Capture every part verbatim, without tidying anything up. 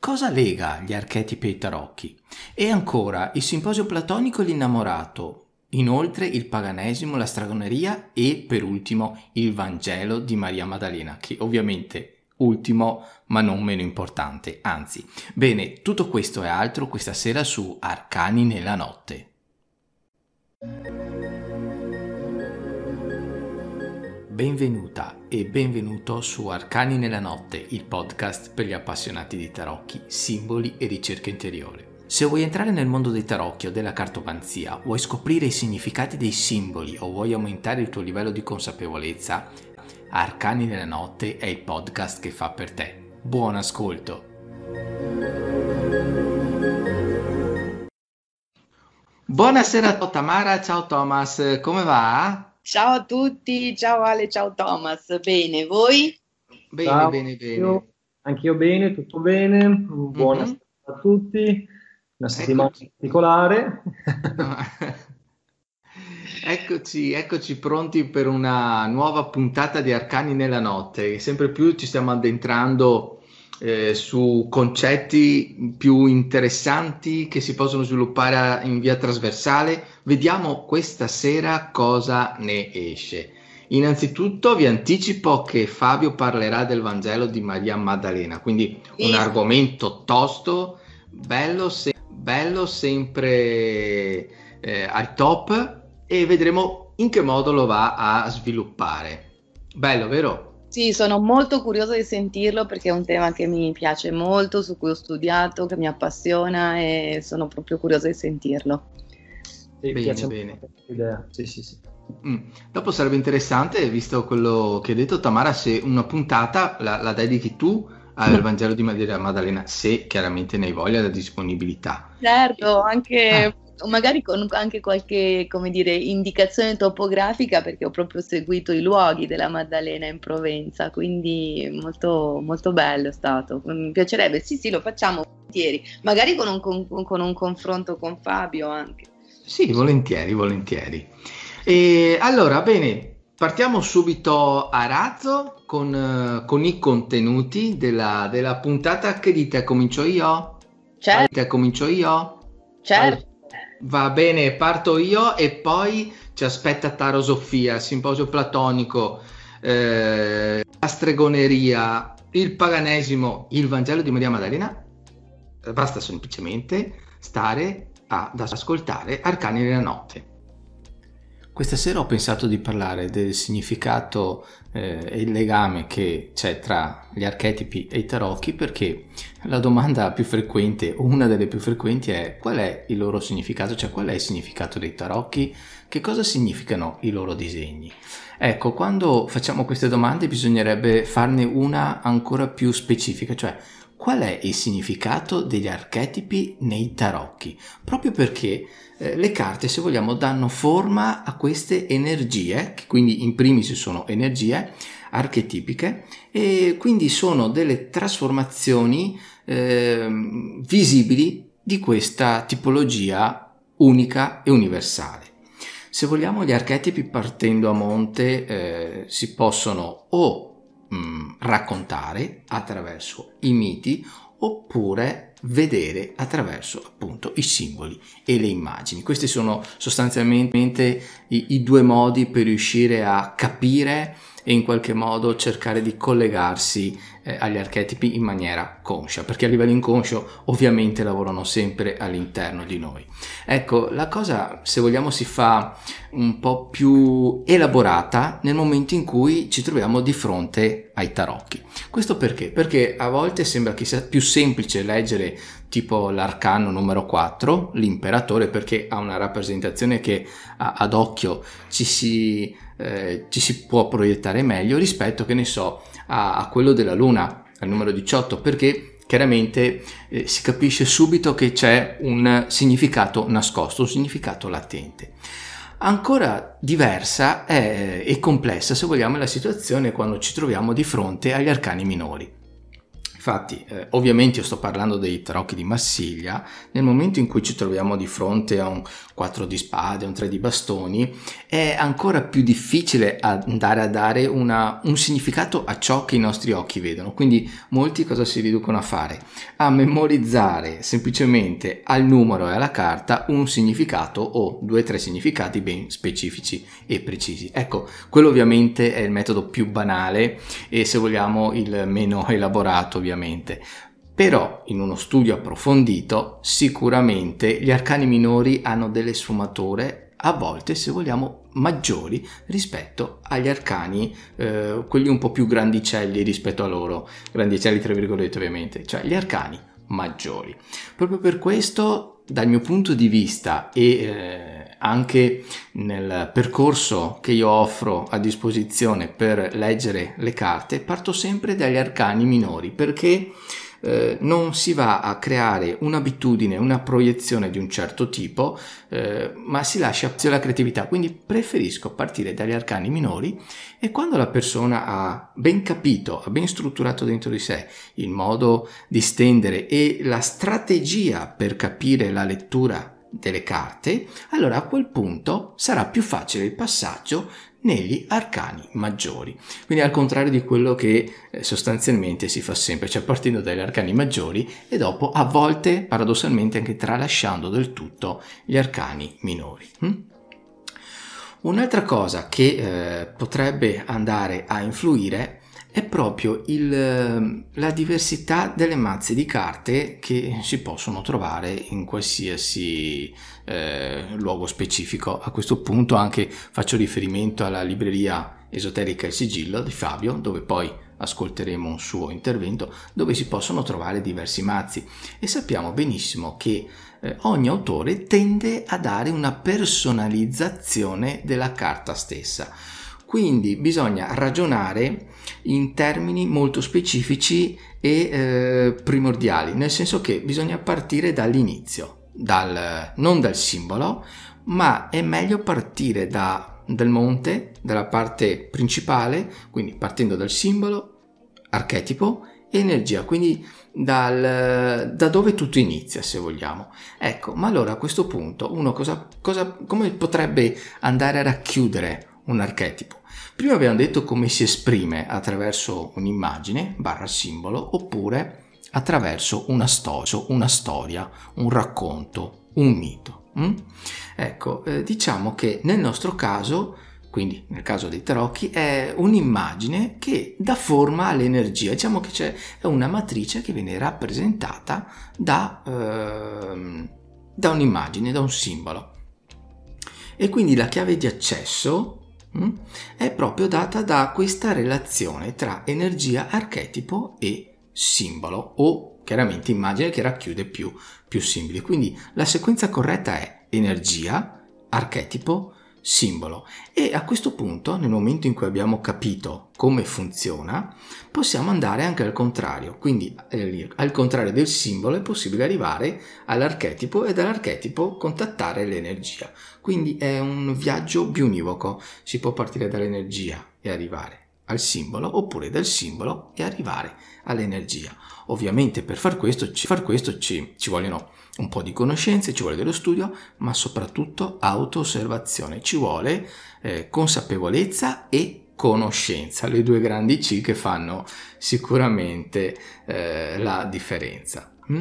Cosa lega gli archetipi ai tarocchi? E ancora, il simposio platonico e l'innamorato, inoltre il paganesimo, la stregoneria e, per ultimo, il Vangelo di Maria Maddalena, che ovviamente ultimo ma non meno importante, anzi. Bene, tutto questo e altro questa sera su Arcani nella notte. Benvenuta e benvenuto su Arcani nella notte, il podcast per gli appassionati di tarocchi, simboli e ricerca interiore. Se vuoi entrare nel mondo dei tarocchi o della cartomanzia, vuoi scoprire i significati dei simboli o vuoi aumentare il tuo livello di consapevolezza, Arcani nella notte è il podcast che fa per te. Buon ascolto! Buonasera Tamara, ciao Thomas, come va? Ciao a tutti, ciao Ale, ciao Thomas, bene, voi? Bene, Ciao, bene, bene. Io, anch'io bene, tutto bene, buonasera Mhm. a tutti, una settimana Eccoci. particolare. Eccoci, eccoci pronti per una nuova puntata di Arcani nella notte. Sempre più ci stiamo addentrando eh, su concetti più interessanti che si possono sviluppare in via trasversale. Vediamo questa sera cosa ne esce. Innanzitutto vi anticipo che Fabio parlerà del Vangelo di Maria Maddalena, quindi un Sì. argomento tosto, bello, se- bello sempre eh, al top, e vedremo in che modo lo va a sviluppare. Bello, vero? Sì, sono molto curiosa di sentirlo perché è un tema che mi piace molto, su cui ho studiato, che mi appassiona e sono proprio curiosa di sentirlo. Sì, Bene, piace bene. molto questa idea. Sì, sì, sì. Mm. Dopo sarebbe interessante, visto quello che hai detto Tamara, se una puntata la, la dedichi tu al Vangelo di Maria Maddalena, se chiaramente ne hai voglia, la disponibilità. Certo, anche Ah. magari con anche qualche, come dire, indicazione topografica perché ho proprio seguito i luoghi della Maddalena in Provenza, quindi molto, molto bello è stato. Mi piacerebbe, sì, sì, lo facciamo volentieri, magari con un, con, con un confronto con Fabio anche. Sì, volentieri, volentieri. E allora, bene, partiamo subito a razzo con, eh, con i contenuti della, della puntata. Che dite? Comincio io? Certo, Dite, comincio io? certo. Va bene, parto io e poi ci aspetta Taro Sofia, il simposio platonico, eh, la stregoneria, il paganesimo, il Vangelo di Maria Maddalena. Basta semplicemente stare ad ascoltare Arcani nella notte. Questa sera ho pensato di parlare del significato eh, e il legame che c'è tra gli archetipi e i tarocchi, perché la domanda più frequente, o una delle più frequenti, è: qual è il loro significato, cioè qual è il significato dei tarocchi, che cosa significano i loro disegni. Ecco, quando facciamo queste domande bisognerebbe farne una ancora più specifica, cioè qual è il significato degli archetipi nei tarocchi, proprio perché eh, le carte, se vogliamo, danno forma a queste energie, che quindi in primis sono energie archetipiche, e quindi sono delle trasformazioni eh, visibili di questa tipologia unica e universale. Se vogliamo, gli archetipi, partendo a monte, eh, si possono o mh, raccontare attraverso i miti, oppure vedere attraverso appunto i simboli e le immagini. Questi sono sostanzialmente i, i due modi per riuscire a capire e in qualche modo cercare di collegarsi eh, agli archetipi in maniera conscia, perché a livello inconscio ovviamente lavorano sempre all'interno di noi. Ecco, la cosa, se vogliamo, si fa un po' più elaborata nel momento in cui ci troviamo di fronte ai tarocchi. Questo perché? Perché a volte sembra che sia più semplice leggere tipo l'arcano numero quattro, l'imperatore, perché ha una rappresentazione che a, ad occhio ci si, eh, ci si può proiettare meglio rispetto, che ne so, a, a quello della luna, al numero diciotto, perché chiaramente eh, si capisce subito che c'è un significato nascosto, un significato latente. Ancora diversa è, e complessa, se vogliamo, la situazione quando ci troviamo di fronte agli arcani minori. Infatti, eh, ovviamente io sto parlando dei tarocchi di Marsiglia. Nel momento in cui ci troviamo di fronte a un quattro di spade, un tre di bastoni, è ancora più difficile andare a dare una, un significato a ciò che i nostri occhi vedono. Quindi molti cosa si riducono a fare? A memorizzare semplicemente al numero e alla carta un significato o due o tre significati ben specifici e precisi. Ecco, quello ovviamente è il metodo più banale e, se vogliamo, il meno elaborato ovviamente. Però in uno studio approfondito sicuramente gli arcani minori hanno delle sfumature a volte, se vogliamo, maggiori rispetto agli arcani, eh, quelli un po' più grandicelli rispetto a loro, grandicelli tra virgolette ovviamente, cioè gli arcani maggiori. Proprio per questo, dal mio punto di vista e eh, anche nel percorso che io offro a disposizione per leggere le carte, parto sempre dagli arcani minori, perché Eh, non si va a creare un'abitudine, una proiezione di un certo tipo, eh, ma si lascia la creatività. Quindi preferisco partire dagli arcani minori, e quando la persona ha ben capito, ha ben strutturato dentro di sé il modo di stendere e la strategia per capire la lettura delle carte, allora a quel punto sarà più facile il passaggio negli arcani maggiori. Quindi al contrario di quello che eh, sostanzialmente si fa sempre, cioè partendo dagli arcani maggiori e dopo a volte paradossalmente anche tralasciando del tutto gli arcani minori. Hm? Un'altra cosa che eh, potrebbe andare a influire è proprio il, la diversità delle mazze di carte che si possono trovare in qualsiasi eh, luogo specifico. A questo punto anche faccio riferimento alla libreria esoterica Il Sigillo di Fabio, dove poi ascolteremo un suo intervento, dove si possono trovare diversi mazzi, e sappiamo benissimo che eh, ogni autore tende a dare una personalizzazione della carta stessa. Quindi bisogna ragionare in termini molto specifici e eh, primordiali, nel senso che bisogna partire dall'inizio, dal, non dal simbolo, ma è meglio partire da, dal monte, dalla parte principale, quindi partendo dal simbolo, archetipo e energia, quindi dal, da dove tutto inizia, se vogliamo. Ecco, ma allora a questo punto uno cosa, cosa, come potrebbe andare a racchiudere un archetipo? Prima abbiamo detto come si esprime attraverso un'immagine barra simbolo, oppure attraverso una storia, una storia, un racconto, un mito. Mm? Ecco, eh, diciamo che nel nostro caso, quindi nel caso dei tarocchi, è un'immagine che dà forma all'energia. Diciamo che c'è è una matrice che viene rappresentata da, eh, da un'immagine, da un simbolo. E quindi la chiave di accesso è proprio data da questa relazione tra energia, archetipo e simbolo, o chiaramente immagine che racchiude più, più simboli. Quindi la sequenza corretta è energia, archetipo, simbolo. E a questo punto, nel momento in cui abbiamo capito come funziona, possiamo andare anche al contrario. Quindi eh, al contrario del simbolo è possibile arrivare all'archetipo, e dall'archetipo contattare l'energia. Quindi è un viaggio biunivoco, si può partire dall'energia e arrivare al simbolo, oppure dal simbolo e arrivare all'energia. Ovviamente per far questo, far questo ci, ci vogliono un po' di conoscenze, ci vuole dello studio, ma soprattutto auto-osservazione, ci vuole eh, consapevolezza e conoscenza, le due grandi C che fanno sicuramente eh, la differenza. Mm?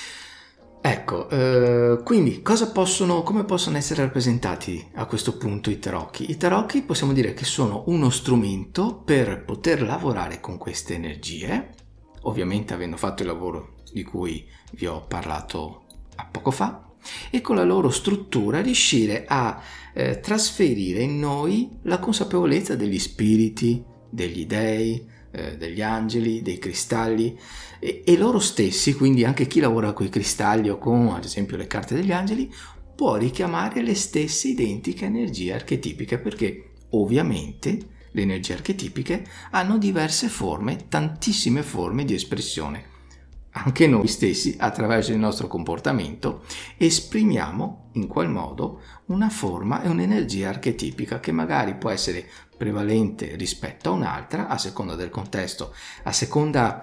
Ecco, eh, quindi cosa possono, come possono essere rappresentati a questo punto i tarocchi? I tarocchi possiamo dire che sono uno strumento per poter lavorare con queste energie, ovviamente avendo fatto il lavoro di cui vi ho parlato a poco fa, e con la loro struttura riuscire a eh, trasferire in noi la consapevolezza degli spiriti, degli dei, eh, degli angeli, dei cristalli, e, e loro stessi, quindi anche chi lavora con i cristalli o con ad esempio le carte degli angeli, può richiamare le stesse identiche energie archetipiche, perché ovviamente le energie archetipiche hanno diverse forme, tantissime forme di espressione. Anche noi stessi, attraverso il nostro comportamento, esprimiamo in qual modo una forma e un'energia archetipica che magari può essere prevalente rispetto a un'altra, a seconda del contesto, a seconda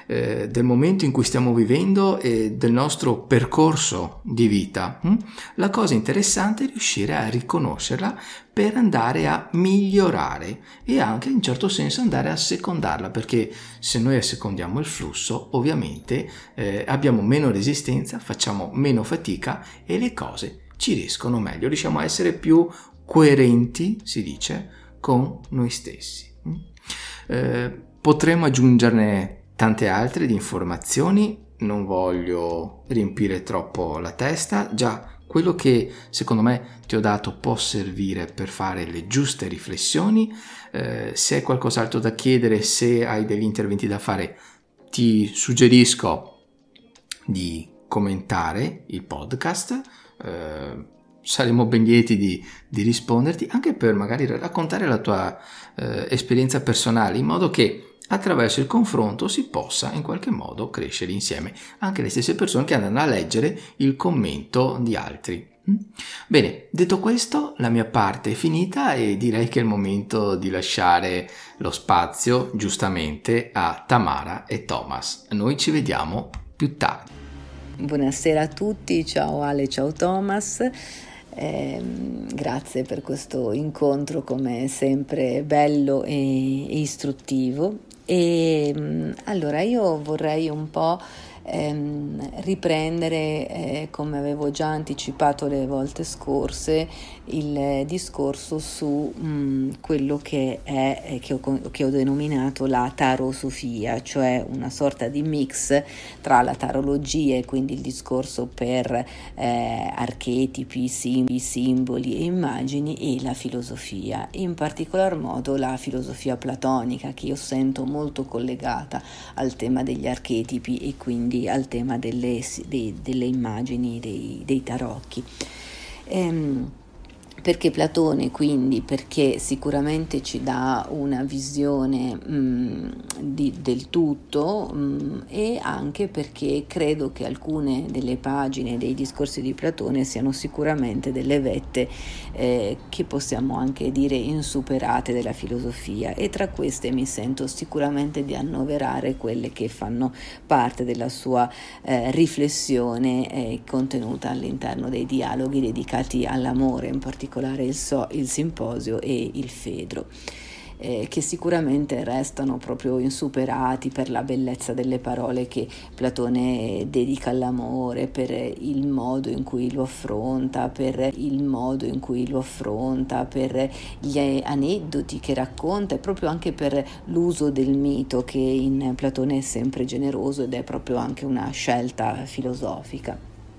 eh, del momento in cui stiamo vivendo e del nostro percorso di vita. Hm? La cosa interessante è riuscire a riconoscerla per andare a migliorare e anche in certo senso andare a secondarla, perché se noi assecondiamo il flusso ovviamente eh, abbiamo meno resistenza, facciamo meno fatica e le cose ci riescono meglio, riusciamo a essere più coerenti, si dice, con noi stessi. Eh, potremmo aggiungerne tante altre di informazioni, non voglio riempire troppo la testa, già quello che secondo me ti ho dato può servire per fare le giuste riflessioni. Eh, se hai qualcos'altro da chiedere, se hai degli interventi da fare, ti suggerisco di commentare il podcast. Eh, saremo ben lieti di, di risponderti, anche per magari raccontare la tua eh, esperienza personale, in modo che attraverso il confronto si possa in qualche modo crescere insieme, anche le stesse persone che andranno a leggere il commento di altri. Bene, detto questo, la mia parte è finita e direi che è il momento di lasciare lo spazio giustamente a Tamara e Thomas. Noi ci vediamo più tardi. Buonasera a tutti, ciao Ale, ciao Thomas. Eh, grazie per questo incontro, come sempre bello e, e istruttivo. E allora io vorrei un po' ehm, riprendere, eh, come avevo già anticipato le volte scorse, il discorso su mh, quello che è eh, che, ho, che ho denominato la tarosofia, cioè una sorta di mix tra la tarologia e quindi il discorso per eh, archetipi, simboli, simboli e immagini, e la filosofia, in particolar modo la filosofia platonica, che io sento molto collegata al tema degli archetipi e quindi al tema delle, dei, delle immagini, dei, dei tarocchi. Ehm, Perché Platone, quindi, perché sicuramente ci dà una visione mh, di, del tutto mh, e anche perché credo che alcune delle pagine dei discorsi di Platone siano sicuramente delle vette eh, che possiamo anche dire insuperate della filosofia, e tra queste mi sento sicuramente di annoverare quelle che fanno parte della sua eh, riflessione eh, contenuta all'interno dei dialoghi dedicati all'amore, in particolare il, so, il simposio e il Fedro, eh, che sicuramente restano proprio insuperati per la bellezza delle parole che Platone dedica all'amore, per il modo in cui lo affronta, per il modo in cui lo affronta, per gli aneddoti che racconta e proprio anche per l'uso del mito, che in Platone è sempre generoso ed è proprio anche una scelta filosofica.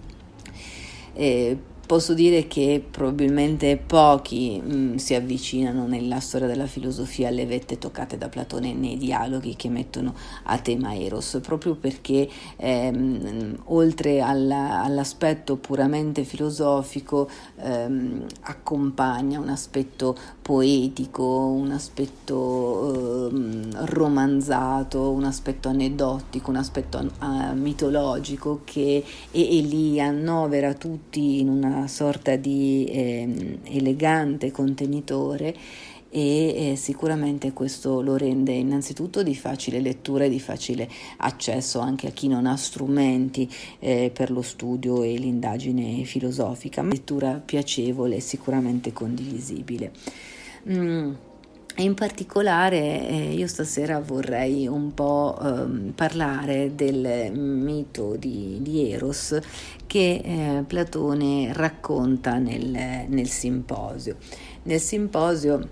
Eh, Posso dire che probabilmente pochi mh, si avvicinano nella storia della filosofia alle vette toccate da Platone nei dialoghi che mettono a tema Eros, proprio perché ehm, oltre alla, all'aspetto puramente filosofico ehm, accompagna un aspetto poetico, un aspetto ehm, romanzato, un aspetto aneddotico, un aspetto uh, mitologico che e, e li annovera tutti in una sorta di eh, elegante contenitore, e eh, sicuramente questo lo rende innanzitutto di facile lettura e di facile accesso anche a chi non ha strumenti eh, per lo studio e l'indagine filosofica, ma lettura piacevole e sicuramente condivisibile. Mm. In particolare eh, io stasera vorrei un po' ehm, parlare del mito di, di Eros che eh, Platone racconta nel, nel simposio. Nel simposio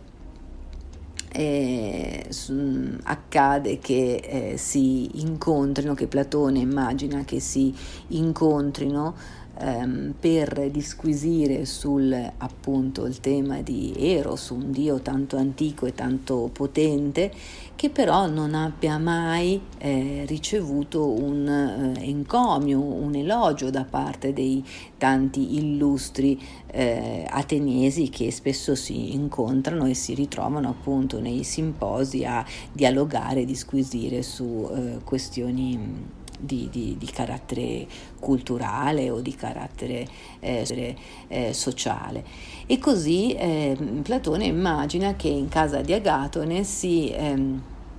eh, su, accade che eh, si incontrino, che Platone immagina che si incontrino per disquisire sul appunto il tema di Eros, un dio tanto antico e tanto potente, che però non abbia mai eh, ricevuto un eh, encomio, un elogio da parte dei tanti illustri eh, ateniesi che spesso si incontrano e si ritrovano appunto nei simposi a dialogare e disquisire su eh, questioni Di, di, di carattere culturale o di carattere eh, eh, sociale. E così eh, Platone immagina che in casa di Agatone si, ehm,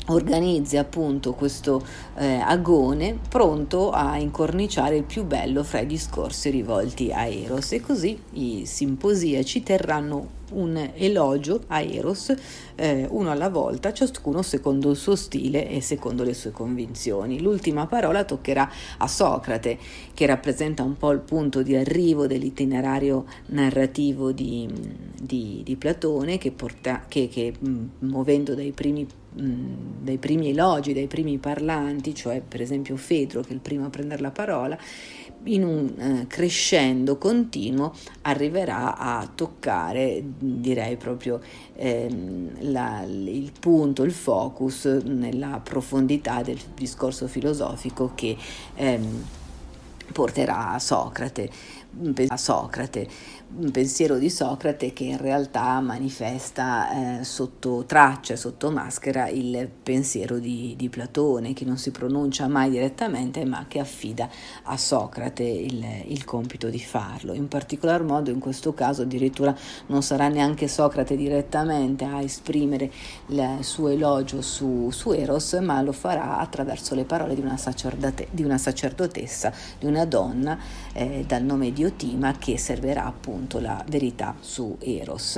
organizzi appunto questo eh, agone pronto a incorniciare il più bello fra i discorsi rivolti a Eros, e così i simposiaci terranno un elogio a Eros, eh, uno alla volta, ciascuno secondo il suo stile e secondo le sue convinzioni. L'ultima parola toccherà a Socrate, che rappresenta un po' il punto di arrivo dell'itinerario narrativo di, di, di Platone, che, porta, che, che muovendo dai primi dai primi elogi, dai primi parlanti, cioè per esempio Fedro, che è il primo a prendere la parola, in un eh, crescendo continuo arriverà a toccare, direi proprio ehm, la, il punto, il focus nella profondità del discorso filosofico che ehm, porterà a Socrate, a Socrate, un pensiero di Socrate che in realtà manifesta eh, sotto traccia, sotto maschera, il pensiero di, di Platone, che non si pronuncia mai direttamente, ma che affida a Socrate il, il compito di farlo. In particolar modo in questo caso addirittura non sarà neanche Socrate direttamente a esprimere il suo elogio su, su Eros, ma lo farà attraverso le parole di una, sacerdote, di una sacerdotessa, di una donna eh, dal nome di Diotima, che servirà appunto la verità su Eros.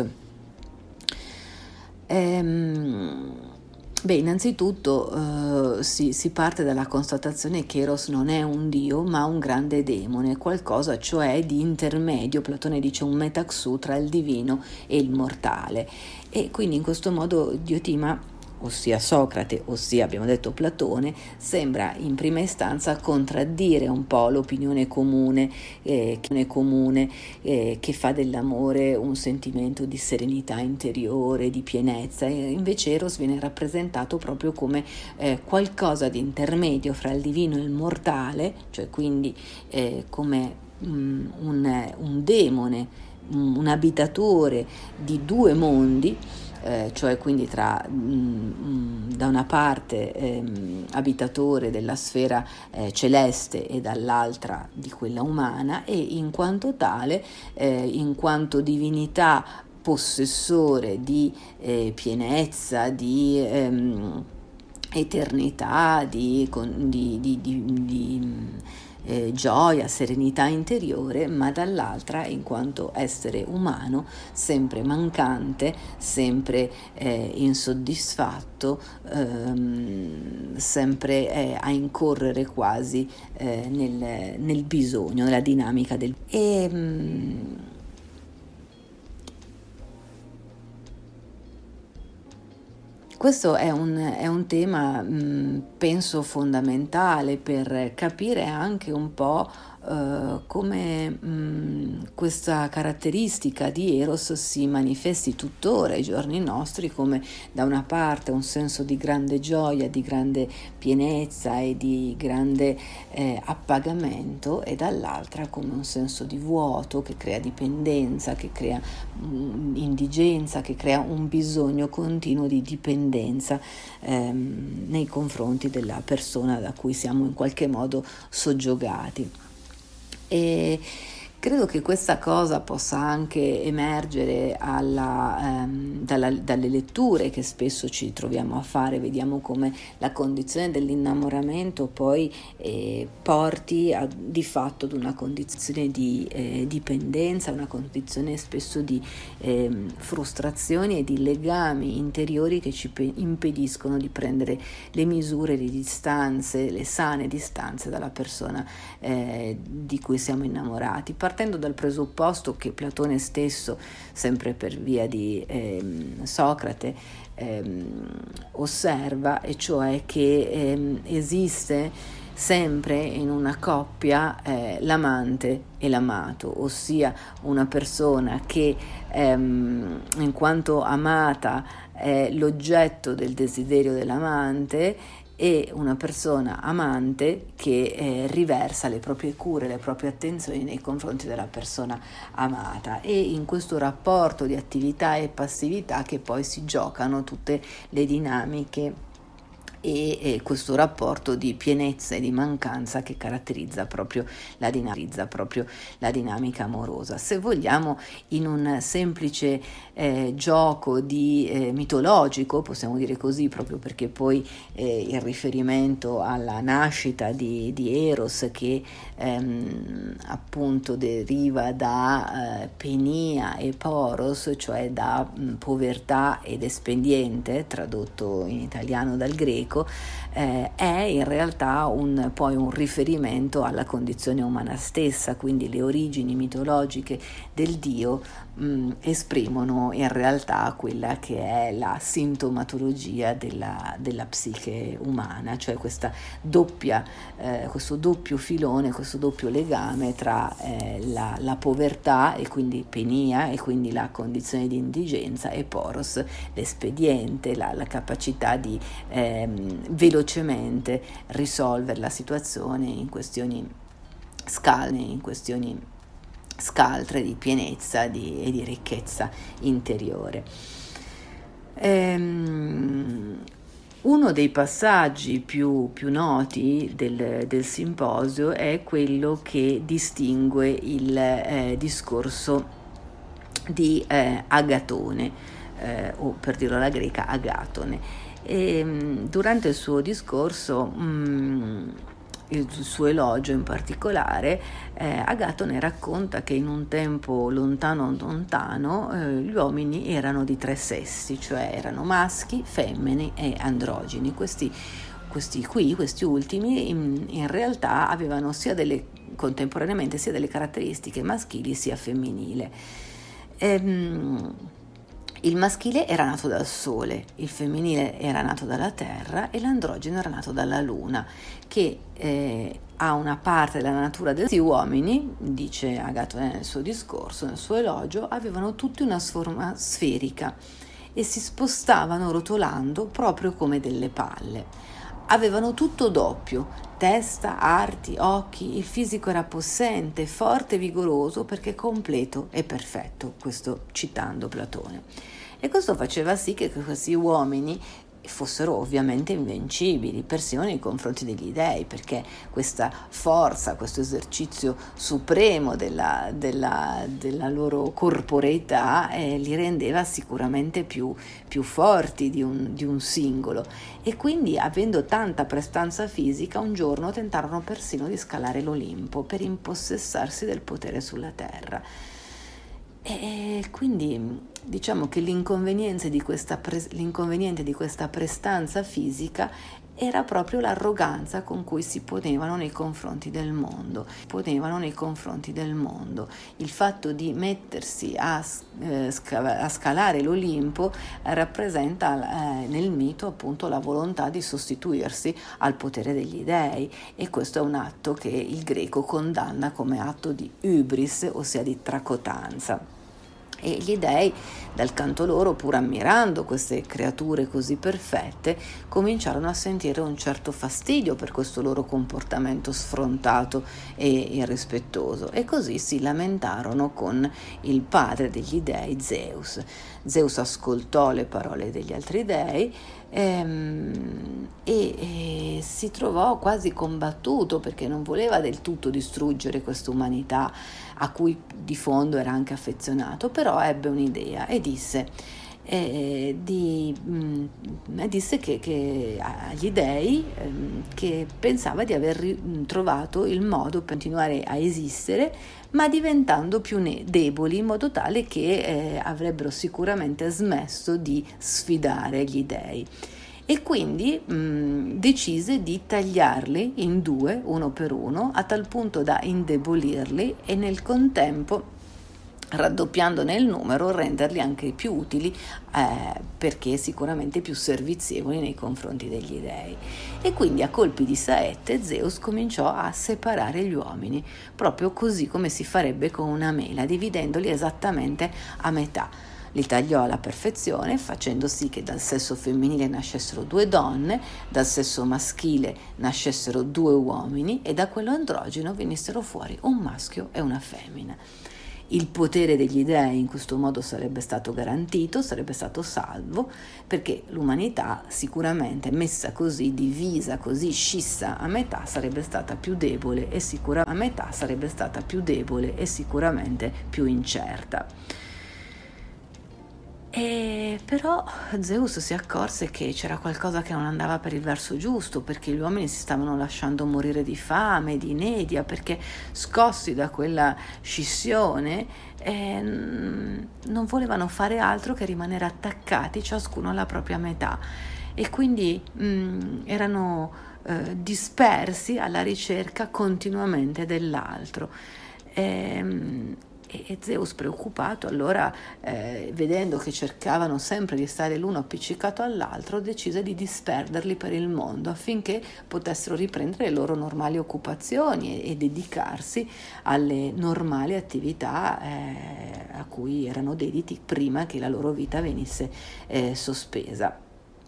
Ehm, beh, innanzitutto eh, si, si parte dalla constatazione che Eros non è un dio, ma un grande demone, qualcosa cioè di intermedio, Platone dice un metaxu tra il divino e il mortale, e quindi in questo modo Diotima, ossia Socrate, ossia abbiamo detto Platone, sembra in prima istanza contraddire un po' l'opinione comune, eh, comune eh, che fa dell'amore un sentimento di serenità interiore, di pienezza, e invece Eros viene rappresentato proprio come eh, qualcosa di intermedio fra il divino e il mortale, cioè quindi eh, come mm, un, un demone, un abitatore di due mondi, Eh, cioè quindi tra mh, da una parte ehm, abitatore della sfera eh, celeste e dall'altra di quella umana, e in quanto tale, eh, in quanto divinità possessore di eh, pienezza, di ehm, eternità, di, di, di, di, di Eh, gioia, serenità interiore, ma dall'altra in quanto essere umano sempre mancante, sempre eh, insoddisfatto, ehm, sempre eh, a incorrere quasi eh, nel, nel bisogno, nella dinamica del... E, mh, Questo è un, è un tema, mh, penso, fondamentale per capire anche un po' eh, come mh, questa caratteristica di Eros si manifesti tuttora ai giorni nostri, come da una parte un senso di grande gioia, di grande pienezza e di grande eh, appagamento, e dall'altra come un senso di vuoto che crea dipendenza, che crea mh, indigenza, che crea un bisogno continuo di dipendenza ehm, nei confronti della persona da cui siamo in qualche modo soggiogati. E credo che questa cosa possa anche emergere alla, ehm, dalla, dalle letture che spesso ci troviamo a fare. Vediamo come la condizione dell'innamoramento poi eh, porti a, di fatto ad una condizione di eh, dipendenza, una condizione spesso di eh, frustrazioni e di legami interiori che ci pe- impediscono di prendere le misure, le distanze, le sane distanze dalla persona eh, di cui siamo innamorati, partendo dal presupposto che Platone stesso, sempre per via di ehm, Socrate, ehm, osserva, e cioè che ehm, esiste sempre in una coppia eh, l'amante e l'amato, ossia una persona che ehm, in quanto amata è l'oggetto del desiderio dell'amante, e una persona amante che eh, riversa le proprie cure, le proprie attenzioni nei confronti della persona amata, e in questo rapporto di attività e passività che poi si giocano tutte le dinamiche e, e questo rapporto di pienezza e di mancanza che caratterizza proprio la, dinamizza proprio la dinamica amorosa. Se vogliamo, in un semplice eh, gioco di eh, mitologico, possiamo dire così, proprio perché poi eh, il riferimento alla nascita di, di Eros, che ehm, appunto deriva da eh, Penia e Poros, cioè da mh, povertà ed espediente, tradotto in italiano dal greco, eh, è in realtà un, poi un riferimento alla condizione umana stessa, quindi le origini mitologiche del dio mh, esprimono in realtà quella che è la sintomatologia della, della psiche umana, cioè questa doppia, eh, questo doppio filone, questo doppio legame tra eh, la, la povertà e quindi Penia e quindi la condizione di indigenza, e Poros, l'espediente, la, la capacità di ehm, velocemente risolvere la situazione in questioni scalne, in questioni scaltre di pienezza di, e di ricchezza interiore. Ehm, uno dei passaggi più, più noti del, del simposio è quello che distingue il eh, discorso di eh, Agatone, eh, o per dirlo alla greca Agatone. E, durante il suo discorso, mh, il suo elogio in particolare, eh, Agatone racconta che in un tempo lontano lontano eh, gli uomini erano di tre sessi, cioè erano maschi, femmine e androgini. Questi, questi qui, questi ultimi, in, in realtà avevano sia delle, contemporaneamente sia delle caratteristiche maschili sia femminili. Ehm, Il maschile era nato dal sole, il femminile era nato dalla terra e l'androgeno era nato dalla luna, che eh, ha una parte della natura degli uomini, dice Agatone nel suo discorso, nel suo elogio, avevano tutti una forma sferica e si spostavano rotolando proprio come delle palle. Avevano tutto doppio, testa, arti, occhi, il fisico era possente, forte e vigoroso perché completo e perfetto, questo citando Platone. E questo faceva sì che questi uomini fossero ovviamente invincibili, persino nei confronti degli dei, perché questa forza, questo esercizio supremo della, della, della loro corporeità eh, li rendeva sicuramente più, più forti di un, di un singolo, e quindi, avendo tanta prestanza fisica, un giorno tentarono persino di scalare l'Olimpo per impossessarsi del potere sulla terra. E quindi diciamo che l'inconveniente di questa, pres- l'inconveniente di questa prestanza fisica era proprio l'arroganza con cui si ponevano nei confronti del mondo, ponevano nei confronti del mondo. Il fatto di mettersi a, eh, sca- a scalare l'Olimpo rappresenta eh, nel mito appunto la volontà di sostituirsi al potere degli dei, e questo è un atto che il greco condanna come atto di hybris, ossia di tracotanza. E gli dei, dal canto loro, pur ammirando queste creature così perfette, cominciarono a sentire un certo fastidio per questo loro comportamento sfrontato e irrispettoso, e così si lamentarono con il padre degli dei, Zeus. Zeus ascoltò le parole degli altri dei ehm, e, e si trovò quasi combattuto, perché non voleva del tutto distruggere questa umanità a cui di fondo era anche affezionato, però ebbe un'idea e disse, eh, di, mh, disse che, che agli dei eh, che pensava di aver trovato il modo per continuare a esistere, ma diventando più ne- deboli, in modo tale che eh, avrebbero sicuramente smesso di sfidare gli dei. E quindi mh, decise di tagliarli in due, uno per uno, a tal punto da indebolirli e nel contempo, raddoppiandone il numero, renderli anche più utili eh, perché sicuramente più servizievoli nei confronti degli dei. E quindi a colpi di saette Zeus cominciò a separare gli uomini, proprio così come si farebbe con una mela, dividendoli esattamente a metà. Li tagliò alla perfezione, facendo sì che dal sesso femminile nascessero due donne, dal sesso maschile nascessero due uomini e da quello androgeno venissero fuori un maschio e una femmina. il potere degli dei in questo modo sarebbe stato garantito, sarebbe stato salvo, perché l'umanità sicuramente messa così, divisa così, scissa a metà, sarebbe stata più debole e sicura a metà sarebbe stata più debole e sicuramente più incerta. E però Zeus si accorse che c'era qualcosa che non andava per il verso giusto, perché gli uomini si stavano lasciando morire di fame, di inedia, perché scossi da quella scissione eh, non volevano fare altro che rimanere attaccati ciascuno alla propria metà, e quindi mh, erano eh, dispersi alla ricerca continuamente dell'altro. E, E Zeus, preoccupato, allora, eh, vedendo che cercavano sempre di stare l'uno appiccicato all'altro, decise di disperderli per il mondo affinché potessero riprendere le loro normali occupazioni e, e dedicarsi alle normali attività eh, a cui erano dediti prima che la loro vita venisse eh, sospesa.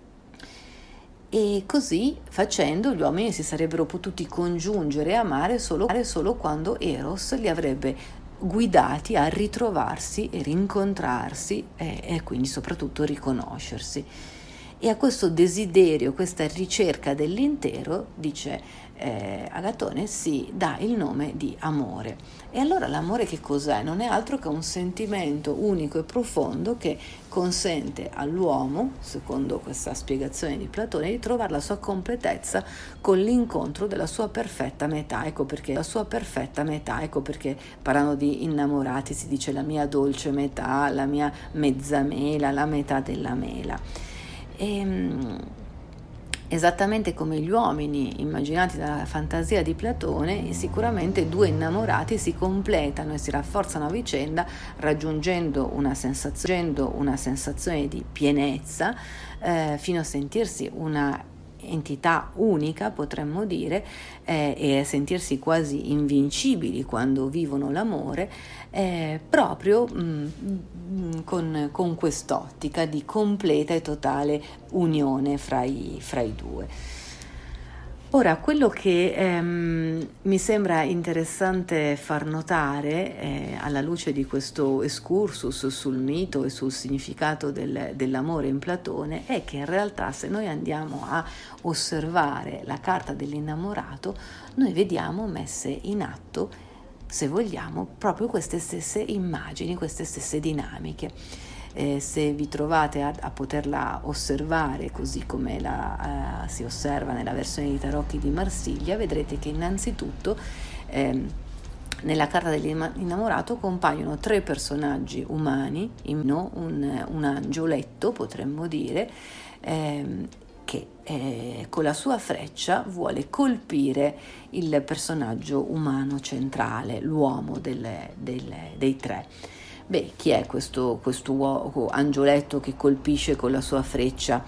E così facendo gli uomini si sarebbero potuti congiungere e amare solo, solo quando Eros li avrebbe guidati a ritrovarsi e rincontrarsi e, e quindi soprattutto riconoscersi. E a questo desiderio, questa ricerca dell'intero, dice eh, Agatone, si dà il nome di amore. E allora l'amore che cos'è? Non è altro che un sentimento unico e profondo che consente all'uomo, secondo questa spiegazione di Platone, di trovare la sua completezza con l'incontro della sua perfetta metà. Ecco perché la sua perfetta metà, ecco perché parlando di innamorati si dice la mia dolce metà, la mia mezza mela, la metà della mela. E, esattamente come gli uomini immaginati dalla fantasia di Platone, sicuramente due innamorati si completano e si rafforzano a vicenda, raggiungendo una sensazione, una sensazione di pienezza eh, fino a sentirsi una entità unica, potremmo dire, eh, e sentirsi quasi invincibili quando vivono l'amore, eh, proprio mh, con, con quest'ottica di completa e totale unione fra i, fra i due. Ora, quello che ehm, mi sembra interessante far notare eh, alla luce di questo excursus sul mito e sul significato del, dell'amore in Platone è che in realtà, se noi andiamo a osservare la carta dell'innamorato, noi vediamo messe in atto, se vogliamo, proprio queste stesse immagini, queste stesse dinamiche. Eh, se vi trovate a, a poterla osservare così come la uh, si osserva nella versione di Tarocchi di Marsiglia, vedrete che innanzitutto eh, nella carta dell'innamorato compaiono tre personaggi umani, un, un angioletto potremmo dire, eh, che eh, con la sua freccia vuole colpire il personaggio umano centrale, l'uomo delle, delle, dei tre. Beh, chi è questo, questo uomo, angioletto che colpisce con la sua freccia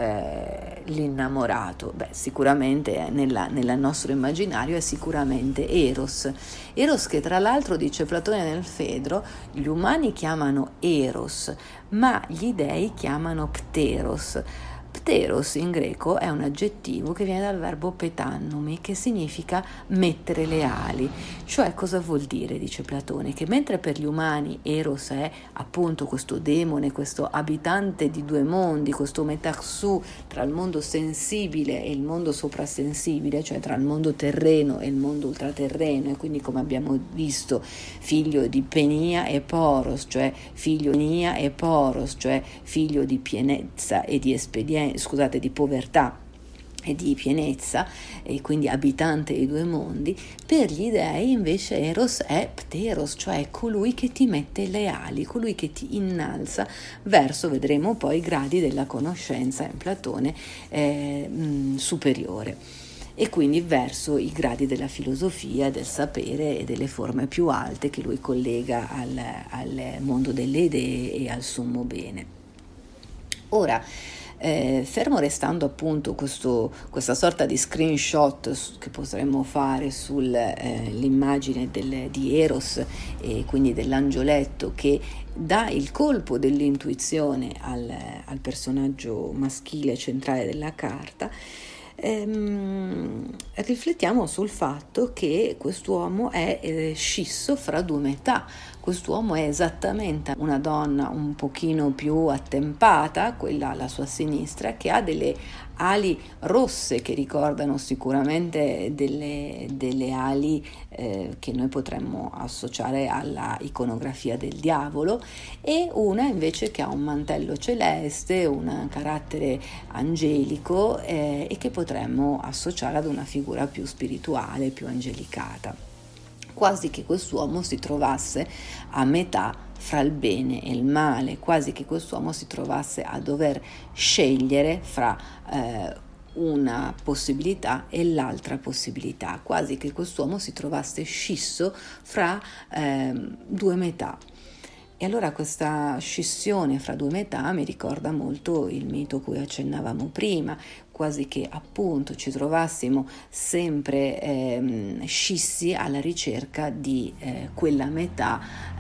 eh, l'innamorato? Beh, sicuramente nella, nel nostro immaginario è sicuramente Eros. Eros che tra l'altro, dice Platone nel Fedro, gli umani chiamano Eros, ma gli dei chiamano Pteros. Pteros in greco è un aggettivo che viene dal verbo petannumi, che significa mettere le ali. Cioè, cosa vuol dire, dice Platone? Che mentre per gli umani Eros è appunto questo demone, questo abitante di due mondi, questo metaxu tra il mondo sensibile e il mondo soprasensibile, cioè tra il mondo terreno e il mondo ultraterreno, e quindi, come abbiamo visto, figlio di Penia e Poros, cioè figlio di Penia e Poros, cioè figlio di pienezza e di espedienza, scusate, di povertà e di pienezza, e quindi abitante dei due mondi. Per gli dei invece Eros è Pteros, cioè colui che ti mette le ali, colui che ti innalza verso, vedremo poi, i gradi della conoscenza in Platone eh, mh, superiore, e quindi verso i gradi della filosofia, del sapere e delle forme più alte che lui collega al, al mondo delle idee e al sommo bene. Ora, Eh, fermo restando appunto questo, questa sorta di screenshot che potremmo fare sull'immagine eh, di Eros e quindi dell'angioletto che dà il colpo dell'intuizione al, al personaggio maschile centrale della carta, ehm, riflettiamo sul fatto che quest'uomo è eh, scisso fra due metà. Quest'uomo è esattamente una donna un pochino più attempata, quella alla sua sinistra, che ha delle ali rosse che ricordano sicuramente delle, delle ali eh, che noi potremmo associare alla iconografia del diavolo, e una invece che ha un mantello celeste, un carattere angelico eh, e che potremmo associare ad una figura più spirituale, più angelicata. Quasi che quest'uomo si trovasse a metà fra il bene e il male, quasi che quest'uomo si trovasse a dover scegliere fra eh, una possibilità e l'altra possibilità, quasi che quest'uomo si trovasse scisso fra eh, due metà. E allora questa scissione fra due metà mi ricorda molto il mito cui accennavamo prima, quasi che appunto ci trovassimo sempre ehm, scissi alla ricerca di eh, quella metà,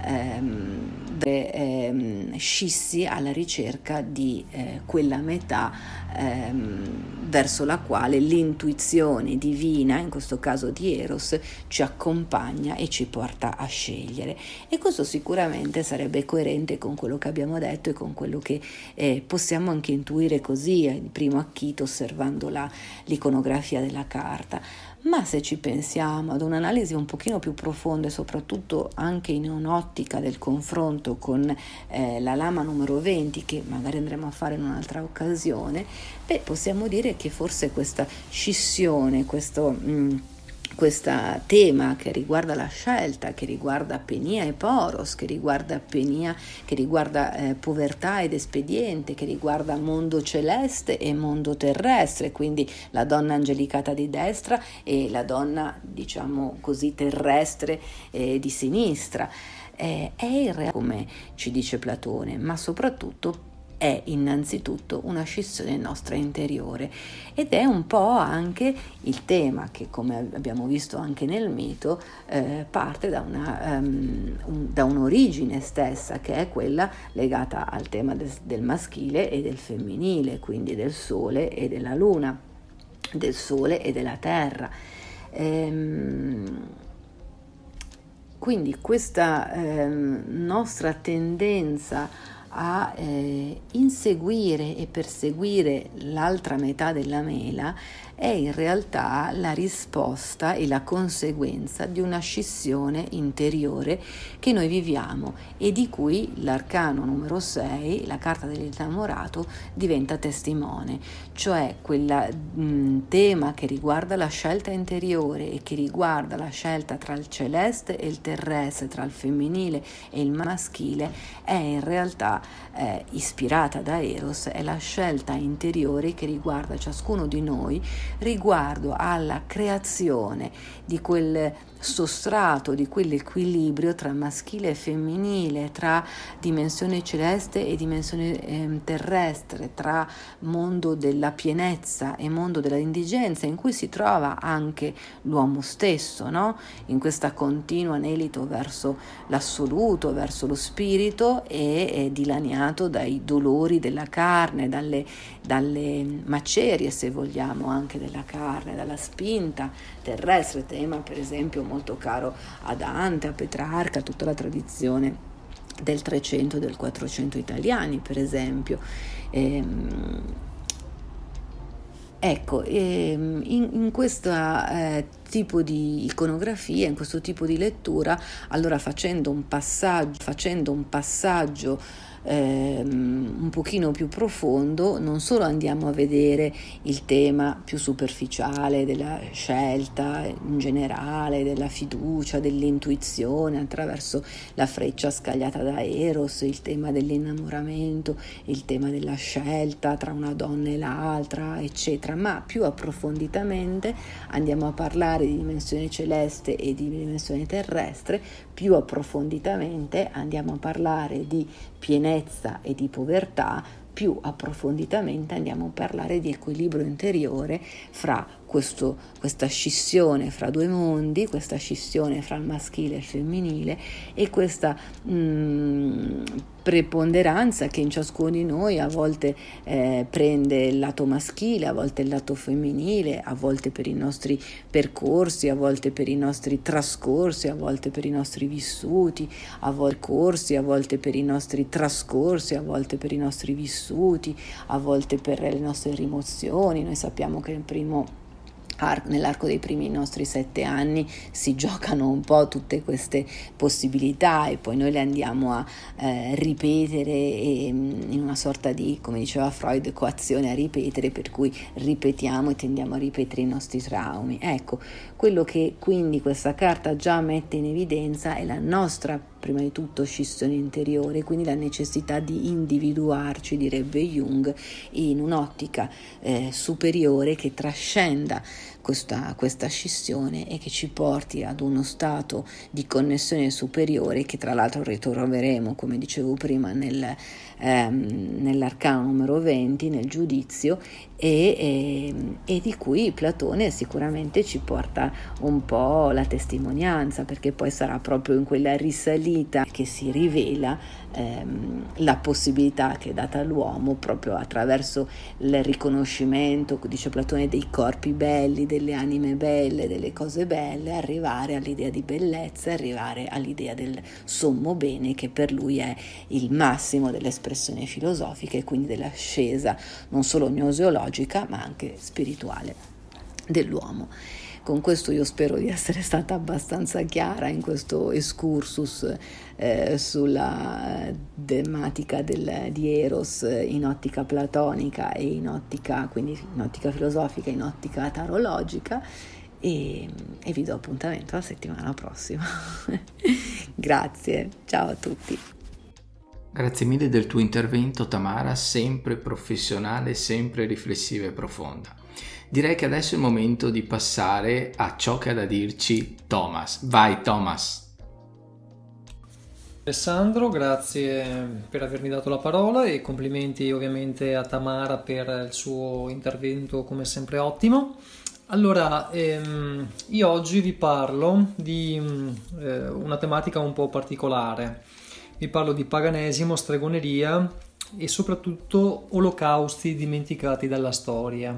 ehm, de, ehm, scissi alla ricerca di eh, quella metà ehm, verso la quale l'intuizione divina, in questo caso di Eros, ci accompagna e ci porta a scegliere. E questo sicuramente sarebbe coerente con quello che abbiamo detto e con quello che eh, possiamo anche intuire così, di primo acchito, osservando la, l'iconografia della carta. Ma se ci pensiamo ad un'analisi un pochino più profonda e soprattutto anche in un'ottica del confronto con eh, la lama numero venti, che magari andremo a fare in un'altra occasione, beh, possiamo dire che forse questa scissione, questo mh, questo tema che riguarda la scelta, che riguarda Penia e Poros, che riguarda Penia, che riguarda eh, povertà ed espediente, che riguarda mondo celeste e mondo terrestre, quindi la donna angelicata di destra e la donna, diciamo così, terrestre eh, di sinistra. Eh, è il reale, come ci dice Platone, ma soprattutto è innanzitutto una scissione nostra interiore, ed è un po' anche il tema che, come abbiamo visto anche nel mito, eh, parte da, una, um, un, da un'origine stessa, che è quella legata al tema del, del maschile e del femminile, quindi del sole e della luna, del sole e della terra. Ehm, quindi questa ehm, nostra tendenza a eh, inseguire e perseguire l'altra metà della mela è in realtà la risposta e la conseguenza di una scissione interiore che noi viviamo e di cui l'arcano numero sei, la carta dell'innamorato, diventa testimone, cioè quel tema che riguarda la scelta interiore e che riguarda la scelta tra il celeste e il terrestre, tra il femminile e il maschile, è in realtà eh, ispirata da Eros, è la scelta interiore che riguarda ciascuno di noi riguardo alla creazione di quel sostrato, di quell'equilibrio tra maschile e femminile, tra dimensione celeste e dimensione eh, terrestre, tra mondo della pienezza e mondo della indigenza, in cui si trova anche l'uomo stesso, no? In questa continua anelito verso l'assoluto, verso lo spirito, e è dilaniato dai dolori della carne, dalle, dalle macerie, se vogliamo, anche della carne, dalla spinta terrestre, tema per esempio molto caro a Dante, a Petrarca, tutta la tradizione del trecento e del quattrocento italiani, per esempio. Ehm, ecco, ehm, in, in questo eh, tipo di iconografia, in questo tipo di lettura, allora facendo un passaggio, facendo un passaggio ehm, un pochino più profondo, non solo andiamo a vedere il tema più superficiale della scelta in generale, della fiducia, dell'intuizione attraverso la freccia scagliata da Eros, il tema dell'innamoramento, il tema della scelta tra una donna e l'altra, eccetera, ma più approfonditamente andiamo a parlare di dimensione celeste e di dimensione terrestre, più approfonditamente andiamo a parlare di pienezza e di povertà, più approfonditamente andiamo a parlare di equilibrio interiore fra questo, questa scissione fra due mondi, questa scissione fra il maschile e il femminile, e questa mh, preponderanza che in ciascuno di noi a volte eh, prende il lato maschile, a volte il lato femminile, a volte per i nostri percorsi, a volte per i nostri trascorsi, a volte per i nostri vissuti, a volte corsi, a volte per i nostri trascorsi, a volte per i nostri vissuti, a volte per le nostre rimozioni. Noi sappiamo che il primo nell'arco dei primi nostri sette anni si giocano un po' tutte queste possibilità e poi noi le andiamo a eh, ripetere e, in una sorta di, come diceva Freud, coazione a ripetere, per cui ripetiamo e tendiamo a ripetere i nostri traumi. Ecco, quello che quindi questa carta già mette in evidenza è la nostra, prima di tutto, scissione interiore, quindi la necessità di individuarci, direbbe Jung, in un'ottica eh, superiore che trascenda questa, questa scissione e che ci porti ad uno stato di connessione superiore che tra l'altro ritroveremo, come dicevo prima, nel, ehm, nell'arcano numero venti, nel giudizio, e, e, e di cui Platone sicuramente ci porta un po' la testimonianza, perché poi sarà proprio in quella risalita che si rivela ehm, la possibilità che è data all'uomo proprio attraverso il riconoscimento, dice Platone, dei corpi belli, delle anime belle, delle cose belle, arrivare all'idea di bellezza, arrivare all'idea del sommo bene, che per lui è il massimo dell'espressione filosofica e quindi dell'ascesa non solo gnoseologica ma anche spirituale dell'uomo. Con questo io spero di essere stata abbastanza chiara in questo excursus eh, sulla tematica del, di Eros in ottica platonica e in ottica, quindi in ottica filosofica, in ottica tarologica, e, e vi do appuntamento la settimana prossima. Grazie, ciao a tutti. Grazie mille del tuo intervento, Tamara, sempre professionale, sempre riflessiva e profonda. Direi che adesso è il momento di passare a ciò che ha da dirci Thomas. Vai Thomas! Alessandro, grazie per avermi dato la parola e complimenti ovviamente a Tamara per il suo intervento come sempre ottimo. Allora, ehm, io oggi vi parlo di eh, una tematica un po' particolare. Vi parlo di paganesimo, stregoneria e soprattutto olocausti dimenticati dalla storia.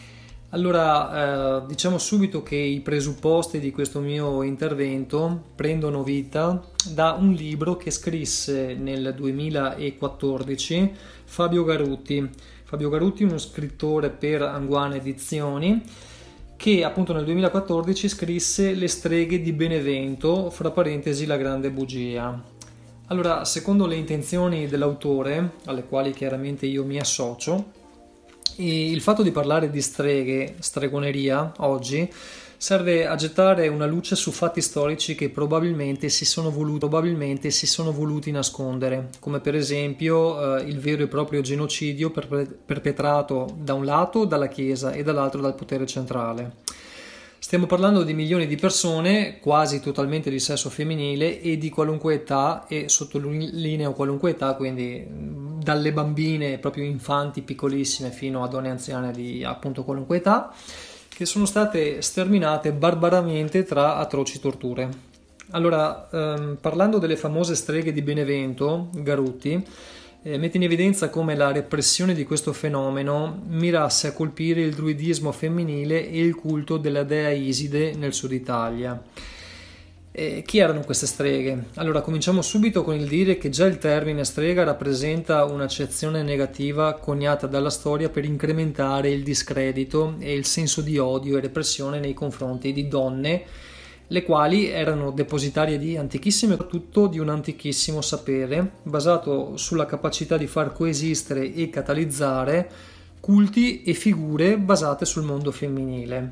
Allora, eh, diciamo subito che i presupposti di questo mio intervento prendono vita da un libro che scrisse nel duemilaquattordici Fabio Garutti. Fabio Garutti, uno scrittore per Anguana Edizioni, che appunto nel duemilaquattordici scrisse Le streghe di Benevento, fra parentesi La grande bugia. Allora, secondo le intenzioni dell'autore, alle quali chiaramente io mi associo, il fatto di parlare di streghe, stregoneria, oggi, serve a gettare una luce su fatti storici che probabilmente si sono voluti, probabilmente si sono voluti nascondere, come per esempio eh, il vero e proprio genocidio perpetrato da un lato dalla Chiesa e dall'altro dal potere centrale. Stiamo parlando di milioni di persone, quasi totalmente di sesso femminile e di qualunque età, e sottolineo qualunque età, quindi dalle bambine, proprio infanti piccolissime, fino a donne anziane di appunto qualunque età, che sono state sterminate barbaramente tra atroci torture. Allora, ehm, parlando delle famose streghe di Benevento, Garutti Eh, mette in evidenza come la repressione di questo fenomeno mirasse a colpire il druidismo femminile e il culto della dea Iside nel sud Italia. Eh, chi erano queste streghe? Allora, cominciamo subito con il dire che già il termine strega rappresenta un'accezione negativa coniata dalla storia per incrementare il discredito e il senso di odio e repressione nei confronti di donne, le quali erano depositarie di antichissimo e soprattutto di un antichissimo sapere basato sulla capacità di far coesistere e catalizzare culti e figure basate sul mondo femminile.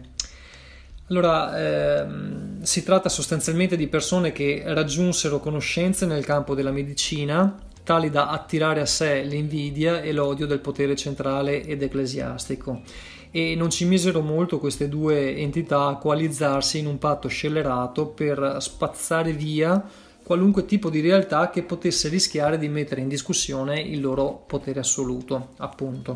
Allora, ehm, si tratta sostanzialmente di persone che raggiunsero conoscenze nel campo della medicina tali da attirare a sé l'invidia e l'odio del potere centrale ed ecclesiastico, e non ci misero molto queste due entità a coalizzarsi in un patto scellerato per spazzare via qualunque tipo di realtà che potesse rischiare di mettere in discussione il loro potere assoluto, appunto.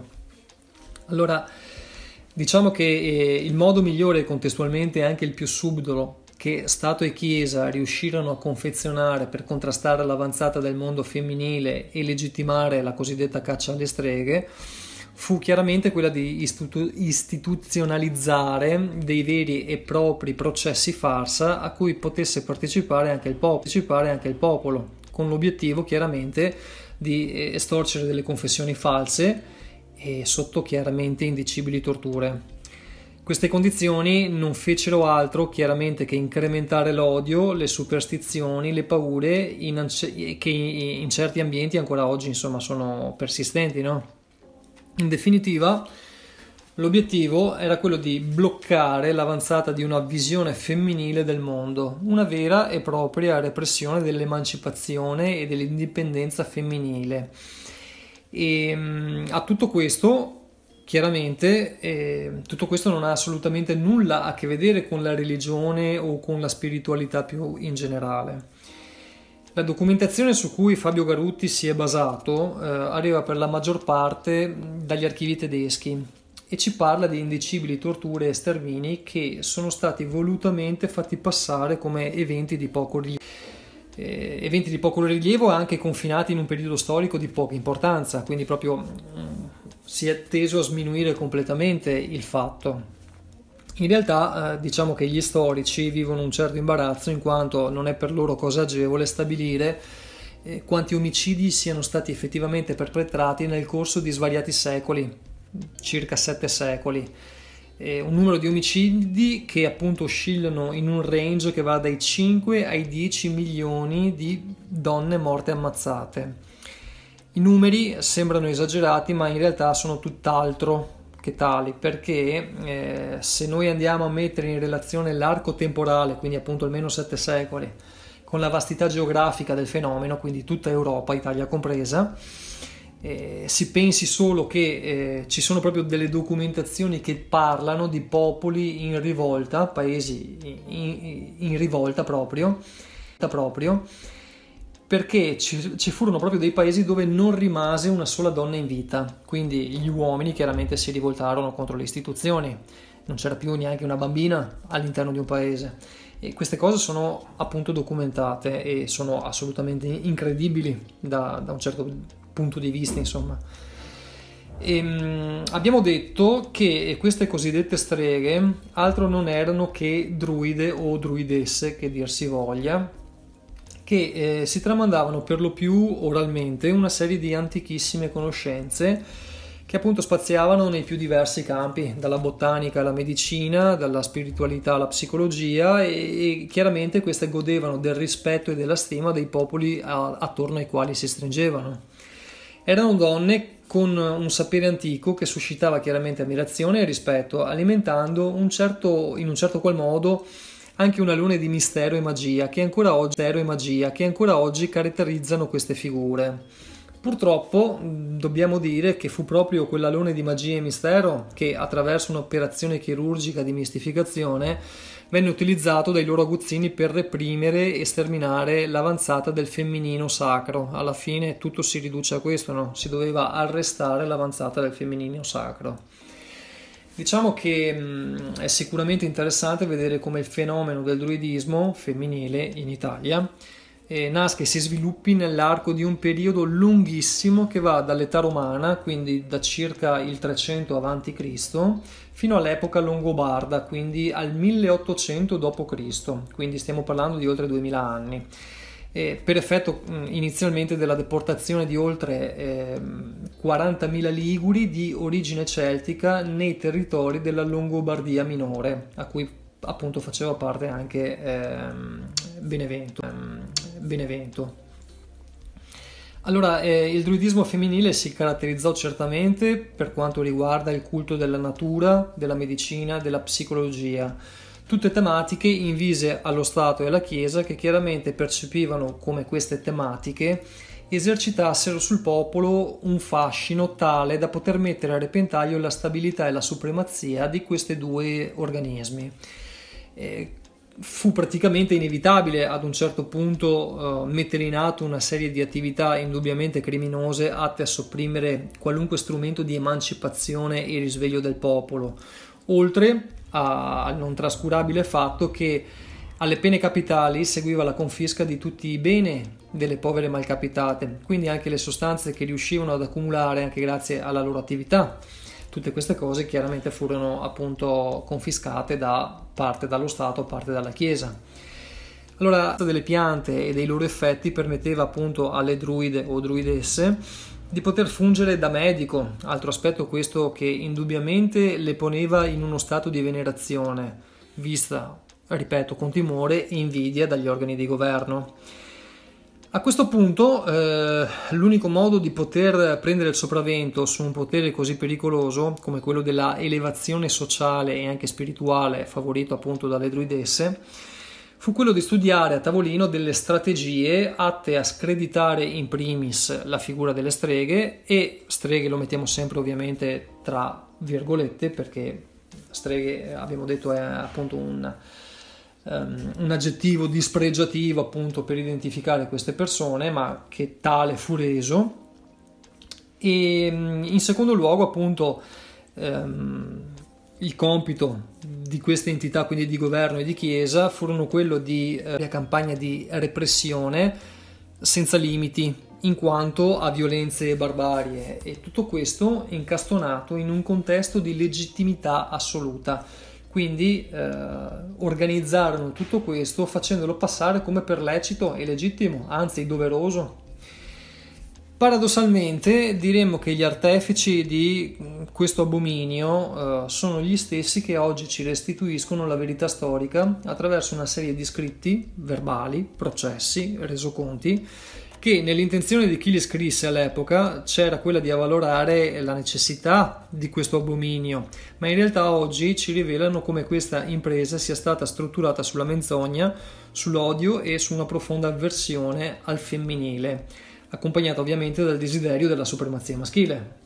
Allora, diciamo che eh, il modo migliore, contestualmente anche il più subdolo, che Stato e Chiesa riuscirono a confezionare per contrastare l'avanzata del mondo femminile e legittimare la cosiddetta caccia alle streghe fu chiaramente quella di istitu- istituzionalizzare dei veri e propri processi farsa a cui potesse partecipare anche il popolo, partecipare anche il popolo con l'obiettivo chiaramente di estorcere delle confessioni false e sotto chiaramente indicibili torture. Queste condizioni non fecero altro chiaramente che incrementare l'odio, le superstizioni, le paure in anci- che in certi ambienti ancora oggi insomma sono persistenti, no? In definitiva, l'obiettivo era quello di bloccare l'avanzata di una visione femminile del mondo, una vera e propria repressione dell'emancipazione e dell'indipendenza femminile. E a tutto questo chiaramente eh, tutto questo non ha assolutamente nulla a che vedere con la religione o con la spiritualità più in generale. La documentazione su cui Fabio Garutti si è basato eh, arriva per la maggior parte dagli archivi tedeschi e ci parla di indicibili torture e stermini che sono stati volutamente fatti passare come eventi di poco rilievo. Eh, eventi di poco rilievo anche confinati in un periodo storico di poca importanza, quindi proprio mh, si è teso a sminuire completamente il fatto. In realtà eh, diciamo che gli storici vivono un certo imbarazzo in quanto non è per loro cosa agevole stabilire eh, quanti omicidi siano stati effettivamente perpetrati nel corso di svariati secoli, circa sette secoli. Eh, un numero di omicidi che appunto oscillano in un range che va dai cinque ai dieci milioni di donne morte ammazzate. I numeri sembrano esagerati, ma in realtà sono tutt'altro che tali, perché eh, se noi andiamo a mettere in relazione l'arco temporale, quindi appunto almeno sette secoli, con la vastità geografica del fenomeno, quindi tutta Europa, Italia compresa, eh, si pensi solo che eh, ci sono proprio delle documentazioni che parlano di popoli in rivolta, paesi in, in, in rivolta proprio, proprio perché ci, ci furono proprio dei paesi dove non rimase una sola donna in vita, quindi gli uomini chiaramente si rivoltarono contro le istituzioni, non c'era più neanche una bambina all'interno di un paese, e queste cose sono appunto documentate e sono assolutamente incredibili da, da un certo punto di vista, insomma. E, mh, abbiamo detto che queste cosiddette streghe altro non erano che druide o druidesse, che dir si voglia, che eh, si tramandavano per lo più oralmente una serie di antichissime conoscenze che appunto spaziavano nei più diversi campi, dalla botanica alla medicina, dalla spiritualità alla psicologia, e, e chiaramente queste godevano del rispetto e della stima dei popoli a, attorno ai quali si stringevano. Erano donne con un sapere antico che suscitava chiaramente ammirazione e rispetto, alimentando un certo, in un certo qual modo anche un alone di mistero e magia che ancora oggi, mistero e magia che ancora oggi caratterizzano queste figure. Purtroppo dobbiamo dire che fu proprio quell'alone di magia e mistero che, attraverso un'operazione chirurgica di mistificazione, venne utilizzato dai loro aguzzini per reprimere e sterminare l'avanzata del femminino sacro. Alla fine tutto si riduce a questo, no? Si doveva arrestare l'avanzata del femminino sacro. Diciamo che mh, è sicuramente interessante vedere come il fenomeno del druidismo femminile in Italia eh, nasca e si sviluppi nell'arco di un periodo lunghissimo che va dall'età romana, quindi da circa il trecento avanti Cristo, fino all'epoca longobarda, quindi al milleottocento dopo Cristo, quindi stiamo parlando di oltre duemila anni. Eh, per effetto mh, inizialmente della deportazione di oltre eh, quarantamila liguri di origine celtica nei territori della Longobardia minore, a cui appunto faceva parte anche ehm, Benevento. Ehm, Benevento. Allora, eh, il druidismo femminile si caratterizzò certamente per quanto riguarda il culto della natura, della medicina, della psicologia, tutte tematiche invise allo Stato e alla Chiesa, che chiaramente percepivano come queste tematiche esercitassero sul popolo un fascino tale da poter mettere a repentaglio la stabilità e la supremazia di questi due organismi. Eh, fu praticamente inevitabile ad un certo punto uh, mettere in atto una serie di attività indubbiamente criminose atte a sopprimere qualunque strumento di emancipazione e risveglio del popolo, oltre a, al non trascurabile fatto che Alle pene capitali seguiva la confisca di tutti i beni delle povere malcapitate, quindi anche le sostanze che riuscivano ad accumulare anche grazie alla loro attività. Tutte queste cose chiaramente furono appunto confiscate da parte dallo Stato, parte dalla Chiesa. Allora, delle piante e dei loro effetti permetteva appunto alle druide o druidesse di poter fungere da medico, altro aspetto questo che indubbiamente le poneva in uno stato di venerazione, vista, ripeto, con timore e invidia dagli organi di governo. A questo punto eh, l'unico modo di poter prendere il sopravvento su un potere così pericoloso come quello della elevazione sociale e anche spirituale favorito appunto dalle druidesse fu quello di studiare a tavolino delle strategie atte a screditare in primis la figura delle streghe, e streghe lo mettiamo sempre ovviamente tra virgolette perché streghe abbiamo detto è appunto un Um, un aggettivo dispregiativo appunto per identificare queste persone, ma che tale fu reso. E in secondo luogo appunto um, il compito di queste entità, quindi di governo e di chiesa, furono quello di uh, una campagna di repressione senza limiti in quanto a violenze e barbarie, e tutto questo incastonato in un contesto di legittimità assoluta. Quindi eh, organizzarono tutto questo facendolo passare come per lecito e legittimo, anzi doveroso. Paradossalmente diremmo che gli artefici di questo abominio eh, sono gli stessi che oggi ci restituiscono la verità storica attraverso una serie di scritti, verbali, processi, resoconti, che nell'intenzione di chi li scrisse all'epoca c'era quella di avvalorare la necessità di questo abominio, ma in realtà oggi ci rivelano come questa impresa sia stata strutturata sulla menzogna, sull'odio e su una profonda avversione al femminile, accompagnata ovviamente dal desiderio della supremazia maschile.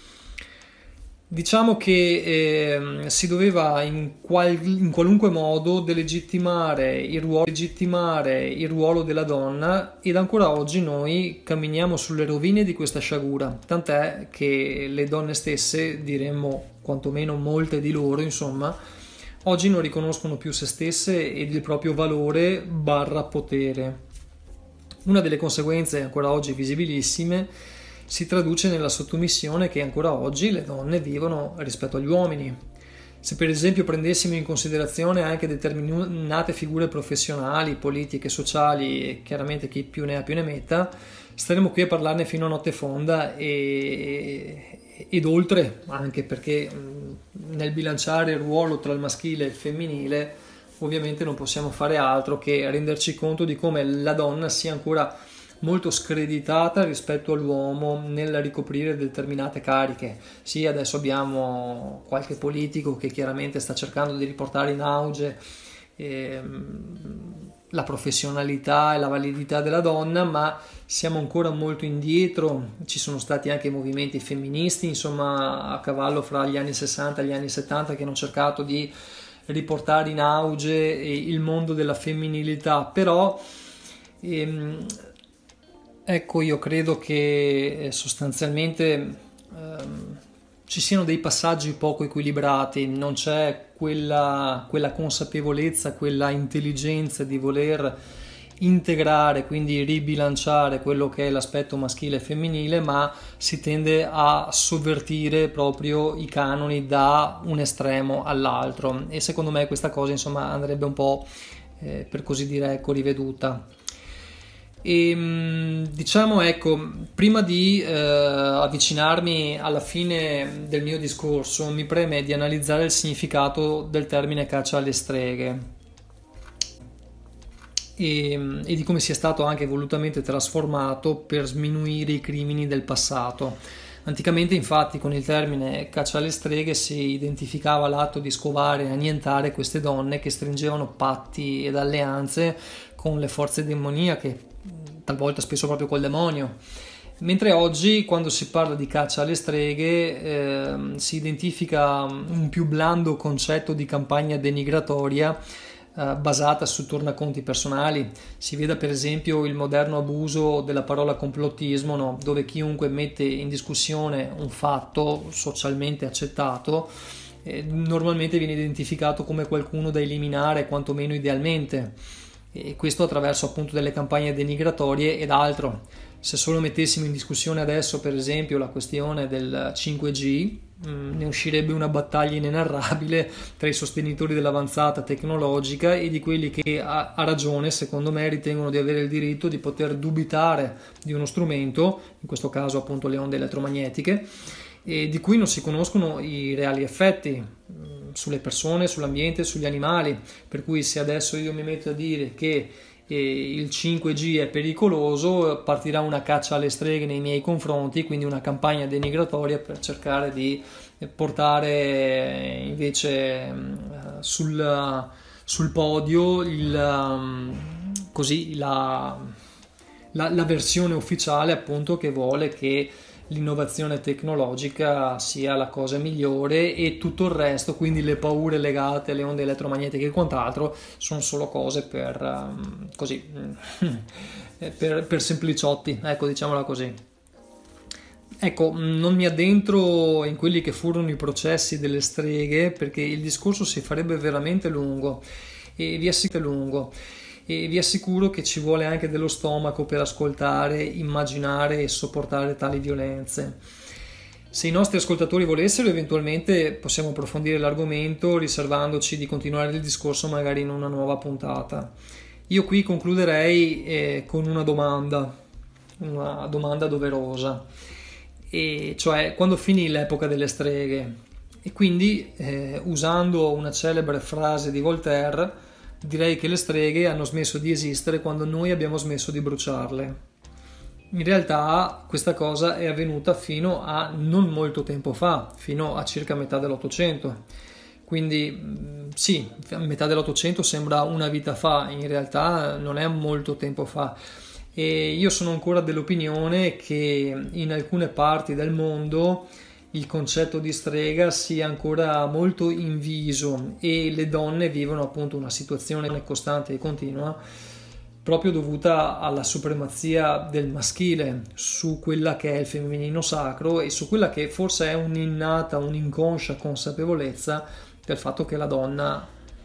Diciamo che eh, si doveva in, qual- in qualunque modo delegittimare il, ruolo, legittimare il ruolo della donna, ed ancora oggi noi camminiamo sulle rovine di questa sciagura, tant'è che le donne stesse, diremmo quantomeno molte di loro, insomma, oggi non riconoscono più se stesse ed il proprio valore barra potere. Una delle conseguenze ancora oggi visibilissime si traduce nella sottomissione che ancora oggi le donne vivono rispetto agli uomini. Se per esempio prendessimo in considerazione anche determinate figure professionali, politiche, sociali, e chiaramente chi più ne ha più ne metta, staremo qui a parlarne fino a notte fonda e, ed oltre, anche perché nel bilanciare il ruolo tra il maschile e il femminile ovviamente non possiamo fare altro che renderci conto di come la donna sia ancora molto screditata rispetto all'uomo nel ricoprire determinate cariche. Sì, adesso abbiamo qualche politico che chiaramente sta cercando di riportare in auge ehm, la professionalità e la validità della donna, ma siamo ancora molto indietro. Ci sono stati anche movimenti femministi, insomma, a cavallo fra gli anni sessanta e gli anni settanta, che hanno cercato di riportare in auge il mondo della femminilità, però ehm, ecco, io credo che sostanzialmente ehm, ci siano dei passaggi poco equilibrati, non c'è quella, quella consapevolezza, quella intelligenza di voler integrare, quindi ribilanciare quello che è l'aspetto maschile e femminile, ma si tende a sovvertire proprio i canoni da un estremo all'altro, e secondo me questa cosa insomma andrebbe un po' eh, per così dire ecco riveduta. E diciamo ecco, prima di eh, avvicinarmi alla fine del mio discorso, mi preme di analizzare il significato del termine caccia alle streghe e, e di come sia stato anche volutamente trasformato per sminuire i crimini del passato. Anticamente infatti con il termine caccia alle streghe si identificava l'atto di scovare e annientare queste donne che stringevano patti ed alleanze con le forze demoniache, talvolta spesso proprio col demonio. Mentre oggi, quando si parla di caccia alle streghe, eh, si identifica un più blando concetto di campagna denigratoria eh, basata su tornaconti personali. Si veda per esempio il moderno abuso della parola complottismo, no? Dove chiunque mette in discussione un fatto socialmente accettato eh, normalmente viene identificato come qualcuno da eliminare, quantomeno idealmente, e questo attraverso appunto delle campagne denigratorie ed altro. Se solo mettessimo in discussione adesso, per esempio, la questione del cinque G, mh, ne uscirebbe una battaglia inenarrabile tra i sostenitori dell'avanzata tecnologica e di quelli che, a, a ragione, secondo me, ritengono di avere il diritto di poter dubitare di uno strumento, in questo caso appunto le onde elettromagnetiche, e di cui non si conoscono i reali effetti mh, sulle persone, sull'ambiente, sugli animali. Per cui se adesso io mi metto a dire che e il cinque G è pericoloso, partirà una caccia alle streghe nei miei confronti, quindi una campagna denigratoria per cercare di portare invece sul, sul podio il, così, la, la, la versione ufficiale, appunto, che vuole che l'innovazione tecnologica sia la cosa migliore e tutto il resto, quindi le paure legate alle onde elettromagnetiche e quant'altro, sono solo cose per um, così per, per sempliciotti, ecco, diciamola così. Ecco, non mi addentro in quelli che furono i processi delle streghe, perché il discorso si farebbe veramente lungo e vi assicuro lungo e vi assicuro che ci vuole anche dello stomaco per ascoltare, immaginare e sopportare tali violenze. Se i nostri ascoltatori volessero, eventualmente possiamo approfondire l'argomento riservandoci di continuare il discorso magari in una nuova puntata. Io qui concluderei eh, con una domanda, una domanda doverosa, e cioè quando finì l'epoca delle streghe? E quindi, eh, usando una celebre frase di Voltaire, direi che le streghe hanno smesso di esistere quando noi abbiamo smesso di bruciarle. In realtà questa cosa è avvenuta fino a non molto tempo fa, fino a circa metà dell'Ottocento. Quindi sì, metà dell'Ottocento sembra una vita fa, in realtà non è molto tempo fa. E io sono ancora dell'opinione che in alcune parti del mondo il concetto di strega sia ancora molto inviso e le donne vivono appunto una situazione costante e continua proprio dovuta alla supremazia del maschile su quella che è il femminino sacro e su quella che forse è un'innata, un'inconscia consapevolezza del fatto che la donna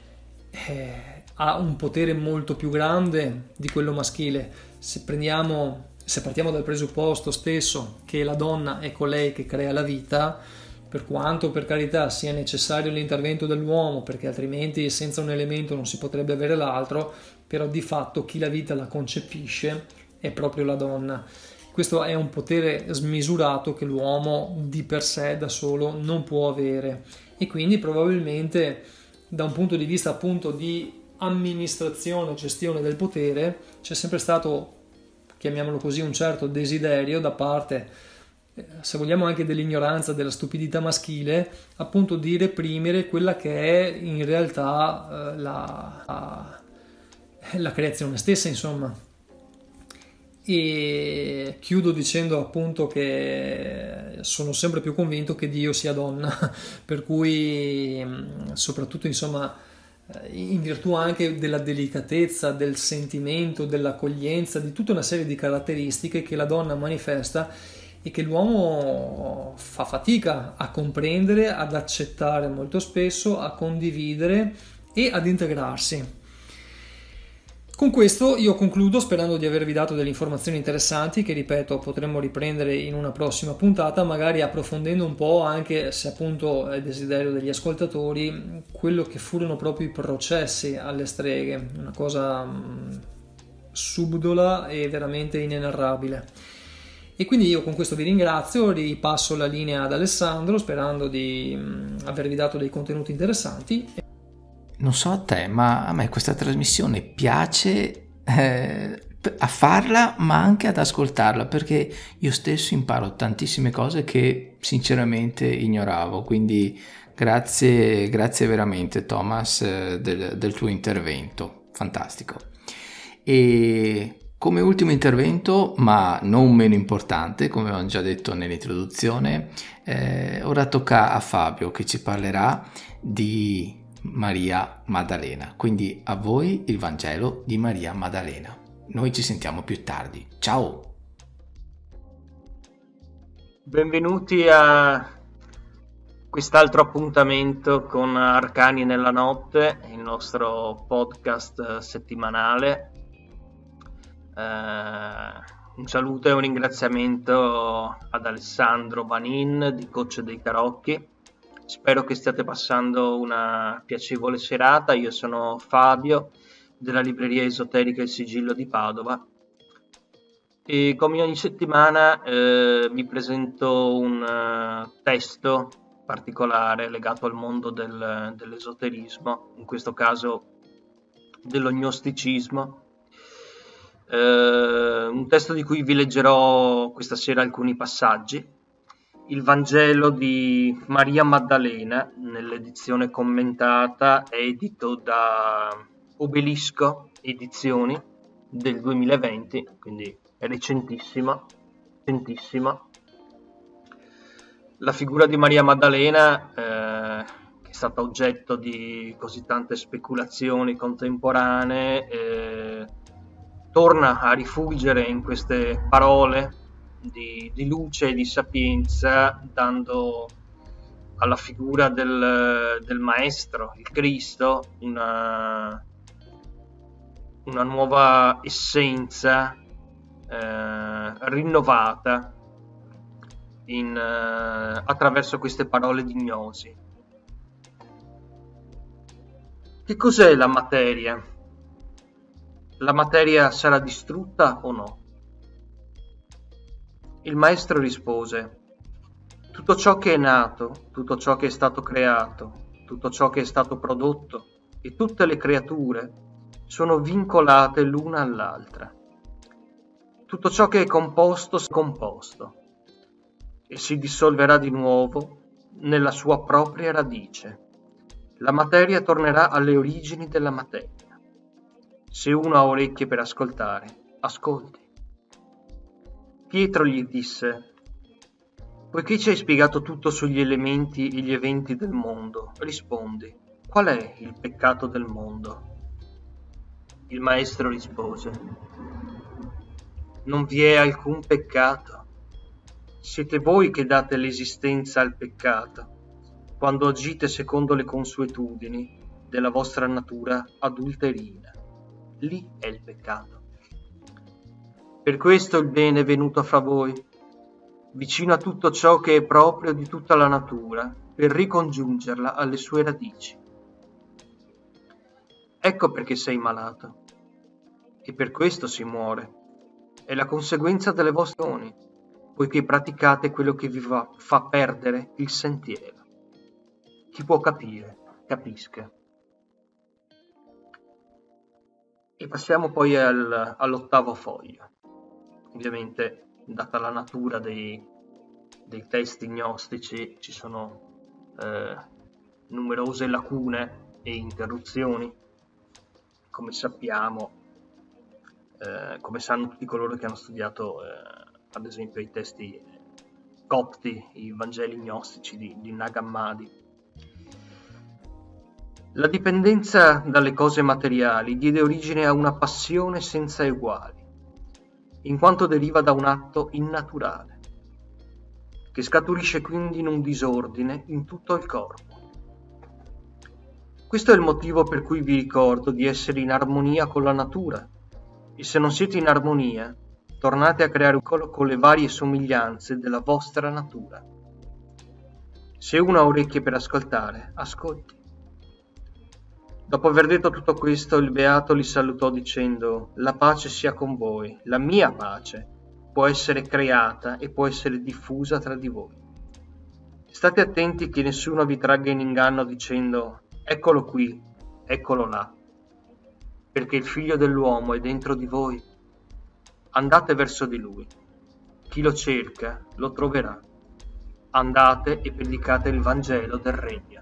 eh, ha un potere molto più grande di quello maschile. Se prendiamo Se partiamo dal presupposto stesso che la donna è colei che crea la vita, per quanto per carità sia necessario l'intervento dell'uomo, perché altrimenti senza un elemento non si potrebbe avere l'altro, però di fatto chi la vita la concepisce è proprio la donna. Questo è un potere smisurato che l'uomo di per sé da solo non può avere e quindi probabilmente da un punto di vista appunto di amministrazione, gestione del potere, c'è sempre stato, chiamiamolo così, un certo desiderio da parte, se vogliamo anche dell'ignoranza, della stupidità maschile, appunto di reprimere quella che è in realtà eh, la, la, la creazione stessa, insomma. E chiudo dicendo appunto che sono sempre più convinto che Dio sia donna, per cui soprattutto insomma in virtù anche della delicatezza, del sentimento, dell'accoglienza, di tutta una serie di caratteristiche che la donna manifesta e che l'uomo fa fatica a comprendere, ad accettare molto spesso, a condividere e ad integrarsi. Con questo io concludo sperando di avervi dato delle informazioni interessanti che, ripeto, potremmo riprendere in una prossima puntata, magari approfondendo un po', anche se appunto è desiderio degli ascoltatori, quello che furono proprio i processi alle streghe, una cosa mh, subdola e veramente inenarrabile. E quindi io con questo vi ringrazio, ripasso la linea ad Alessandro sperando di mh, avervi dato dei contenuti interessanti. Non so a te, ma a me questa trasmissione piace eh, a farla, ma anche ad ascoltarla, perché io stesso imparo tantissime cose che sinceramente ignoravo. Quindi grazie, grazie veramente Thomas del, del tuo intervento, fantastico. E come ultimo intervento, ma non meno importante, come ho già detto nell'introduzione, eh, ora tocca a Fabio che ci parlerà di Maria Maddalena. Quindi a voi il Vangelo di Maria Maddalena. Noi ci sentiamo più tardi. Ciao! Benvenuti a quest'altro appuntamento con Arcani nella notte, il nostro podcast settimanale. Eh, un saluto e un ringraziamento ad Alessandro Banin di Coach dei Tarocchi. Spero che stiate passando una piacevole serata. Io sono Fabio della libreria esoterica Il Sigillo di Padova e come ogni settimana eh, vi presento un uh, testo particolare legato al mondo del, dell'esoterismo, in questo caso dello gnosticismo. Uh, un testo di cui vi leggerò questa sera alcuni passaggi. Il Vangelo di Maria Maddalena, nell'edizione commentata, è edito da Obelisco Edizioni del duemilaventi, quindi è recentissimo, recentissimo. La figura di Maria Maddalena, eh, che è stata oggetto di così tante speculazioni contemporanee, eh, torna a rifulgere in queste parole di, di luce e di sapienza, dando alla figura del, del Maestro, il Cristo, una, una nuova essenza eh, rinnovata in, eh, attraverso queste parole di gnosi. Che cos'è la materia? La materia sarà distrutta o no? Il maestro rispose: tutto ciò che è nato, tutto ciò che è stato creato, tutto ciò che è stato prodotto e tutte le creature sono vincolate l'una all'altra. Tutto ciò che è composto è composto e si dissolverà di nuovo nella sua propria radice. La materia tornerà alle origini della materia. Se uno ha orecchie per ascoltare, ascolti. Pietro gli disse: poiché ci hai spiegato tutto sugli elementi e gli eventi del mondo, rispondi, qual è il peccato del mondo? Il maestro rispose: non vi è alcun peccato. Siete voi che date l'esistenza al peccato, quando agite secondo le consuetudini della vostra natura adulterina. Lì è il peccato. Per questo il bene è venuto fra voi, vicino a tutto ciò che è proprio di tutta la natura, per ricongiungerla alle sue radici. Ecco perché sei malato, e per questo si muore. È la conseguenza delle vostre azioni, poiché praticate quello che vi va, fa perdere il sentiero. Chi può capire, capisca. E passiamo poi al, all'ottavo foglio. Ovviamente, data la natura dei, dei testi gnostici, ci sono eh, numerose lacune e interruzioni, come sappiamo, eh, come sanno tutti coloro che hanno studiato, eh, ad esempio, i testi copti, i Vangeli gnostici di, di Nag Hammadi. La dipendenza dalle cose materiali diede origine a una passione senza eguali, in quanto deriva da un atto innaturale, che scaturisce quindi in un disordine in tutto il corpo. Questo è il motivo per cui vi ricordo di essere in armonia con la natura, e se non siete in armonia, tornate a creare un colo con le varie somiglianze della vostra natura. Se uno ha orecchie per ascoltare, ascolti. Dopo aver detto tutto questo, il beato li salutò dicendo: la pace sia con voi, la mia pace può essere creata e può essere diffusa tra di voi. State attenti che nessuno vi tragga in inganno dicendo: eccolo qui, eccolo là, perché il figlio dell'uomo è dentro di voi. Andate verso di lui. Chi lo cerca lo troverà. Andate e predicate il Vangelo del Regno.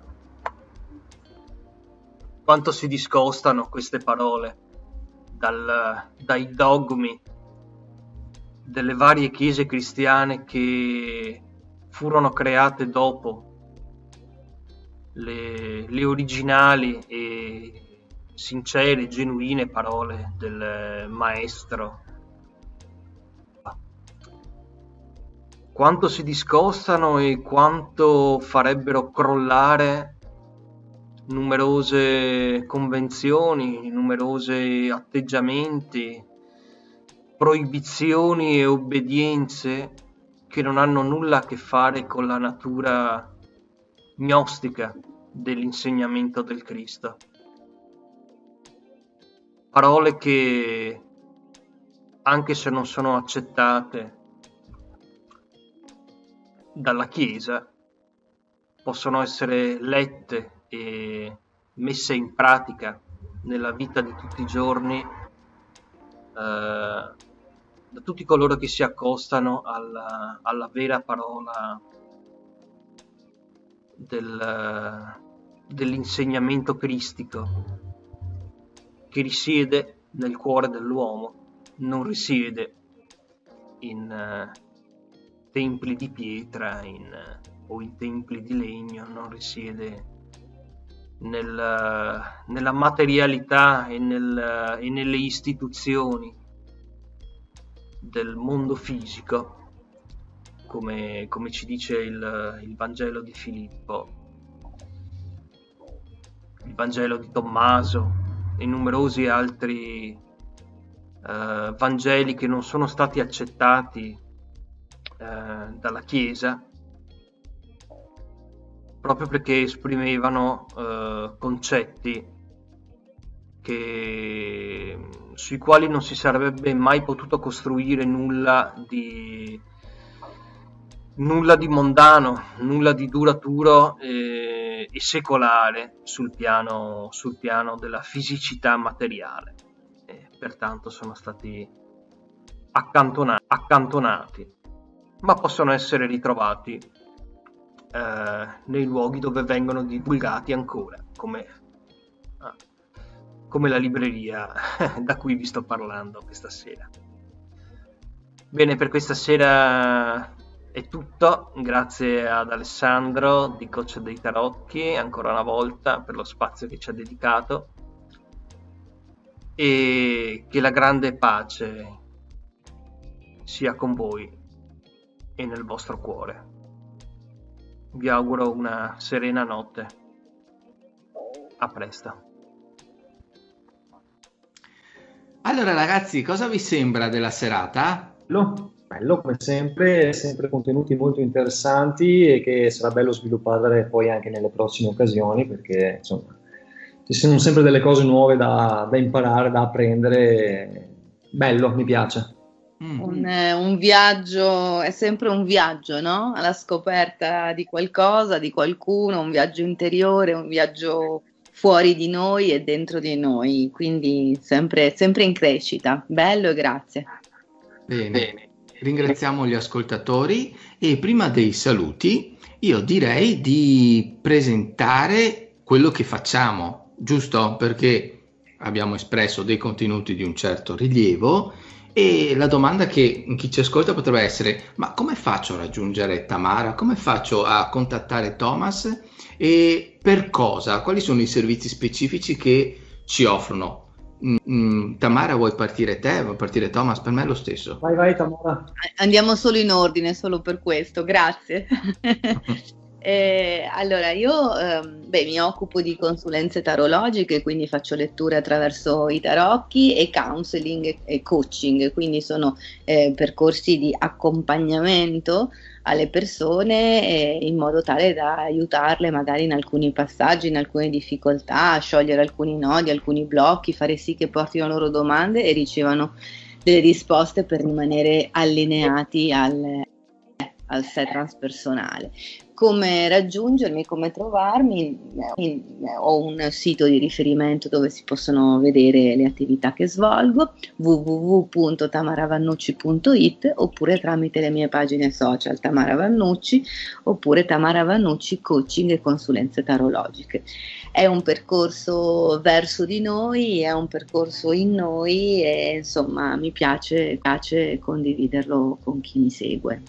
Quanto si discostano queste parole dal, dai dogmi delle varie chiese cristiane che furono create dopo le, le originali e sincere, genuine parole del Maestro. quanto si discostano e quanto farebbero crollare numerose convenzioni, numerose atteggiamenti, proibizioni e obbedienze che non hanno nulla a che fare con la natura gnostica dell'insegnamento del Cristo. Parole che, anche se non sono accettate dalla Chiesa, possono essere lette e messe in pratica nella vita di tutti i giorni eh, da tutti coloro che si accostano alla, alla vera parola del, dell'insegnamento cristico, che risiede nel cuore dell'uomo, non risiede in uh, templi di pietra in, uh, o in templi di legno, non risiede nel, uh, nella materialità e, nel, uh, e nelle istituzioni del mondo fisico, come, come ci dice il, il Vangelo di Filippo, il Vangelo di Tommaso e numerosi altri uh, Vangeli che non sono stati accettati uh, dalla Chiesa, proprio perché esprimevano uh, concetti che, sui quali non si sarebbe mai potuto costruire nulla di nulla di mondano, nulla di duraturo e, e secolare sul piano, sul piano della fisicità materiale, e pertanto sono stati accantona- accantonati, ma possono essere ritrovati eh, nei luoghi dove vengono divulgati ancora, come, ah, come la libreria da cui vi sto parlando questa sera. Bene, per questa sera è tutto, grazie ad Alessandro di Coach dei Tarocchi ancora una volta per lo spazio che ci ha dedicato, e che la grande pace sia con voi e nel vostro cuore. Vi auguro una serena notte. A presto. Allora ragazzi, cosa vi sembra della serata? Bello, bello come sempre, sempre contenuti molto interessanti e che sarà bello sviluppare poi anche nelle prossime occasioni, perché insomma ci sono sempre delle cose nuove da, da imparare, da apprendere. Bello, mi piace. Mm. Un, eh, un viaggio, è sempre un viaggio, no? Alla scoperta di qualcosa, di qualcuno, un viaggio interiore, un viaggio fuori di noi e dentro di noi, quindi sempre, sempre in crescita. Bello e grazie. Bene. Bene, ringraziamo gli ascoltatori e prima dei saluti io direi di presentare quello che facciamo, giusto? Perché abbiamo espresso dei contenuti di un certo rilievo e la domanda che chi ci ascolta potrebbe essere: ma come faccio a raggiungere Tamara? Come faccio a contattare Thomas? E per cosa? Quali sono i servizi specifici che ci offrono? Mm, mm, Tamara, vuoi partire te? Vuoi partire Thomas? Per me è lo stesso. Vai, vai Tamara. Andiamo solo in ordine, solo per questo, grazie. Eh, allora, io ehm, beh, mi occupo di consulenze tarologiche, quindi faccio letture attraverso i tarocchi e counseling e coaching, quindi sono eh, percorsi di accompagnamento alle persone eh, in modo tale da aiutarle magari in alcuni passaggi, in alcune difficoltà, a sciogliere alcuni nodi, alcuni blocchi, fare sì che portino loro domande e ricevano delle risposte per rimanere allineati al, al sé transpersonale. Come raggiungermi, come trovarmi? Ho un sito di riferimento dove si possono vedere le attività che svolgo, w w w punto tamara vannucci punto i t, oppure tramite le mie pagine social Tamara Vannucci oppure Tamara Vannucci Coaching e Consulenze Tarologiche. È un percorso verso di noi, è un percorso in noi e insomma mi piace, piace condividerlo con chi mi segue.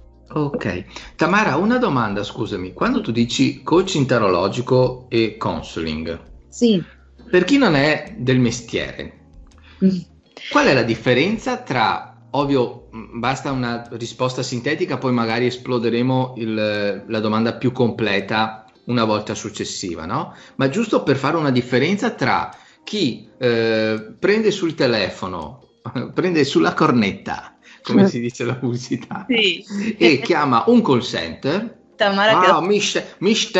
Ok, Tamara, una domanda, scusami, quando tu dici coaching tarologico e counseling, sì, per chi non è del mestiere, mm. qual è la differenza tra ovvio, basta una risposta sintetica, poi magari esploderemo il, la domanda più completa una volta successiva, no? Ma giusto per fare una differenza tra chi eh, prende sul telefono, prende sulla cornetta, come si dice la pubblicità, sì. e chiama un call center, Tamara ah, mister,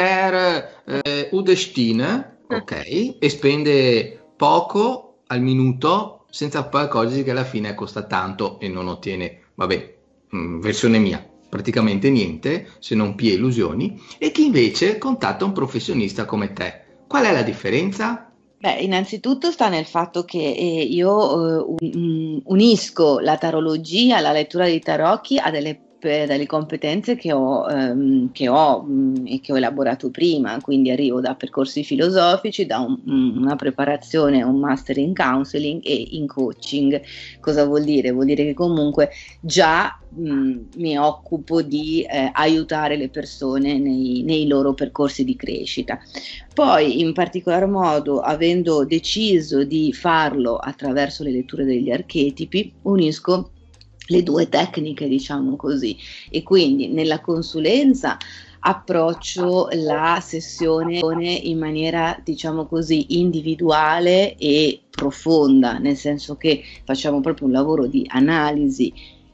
mister eh, Udestin, ok, e spende poco al minuto senza poi accorgersi che alla fine costa tanto e non ottiene, vabbè, mh, versione mia, praticamente niente, se non pie illusioni, e chi invece contatta un professionista come te. Qual è la differenza? Beh, innanzitutto sta nel fatto che eh, io eh, unisco la tarologia, la lettura dei tarocchi a delle dalle competenze che ho, ehm, che ho mh, e che ho elaborato prima, quindi arrivo da percorsi filosofici, da un, una preparazione, un master in counseling e in coaching. Cosa vuol dire? Vuol dire che comunque già mh, mi occupo di eh, aiutare le persone nei, nei loro percorsi di crescita. Poi, in particolar modo, avendo deciso di farlo attraverso le letture degli archetipi, unisco le due tecniche, diciamo così, e quindi nella consulenza approccio la sessione in maniera, diciamo così, individuale e profonda, nel senso che facciamo proprio un lavoro di analisi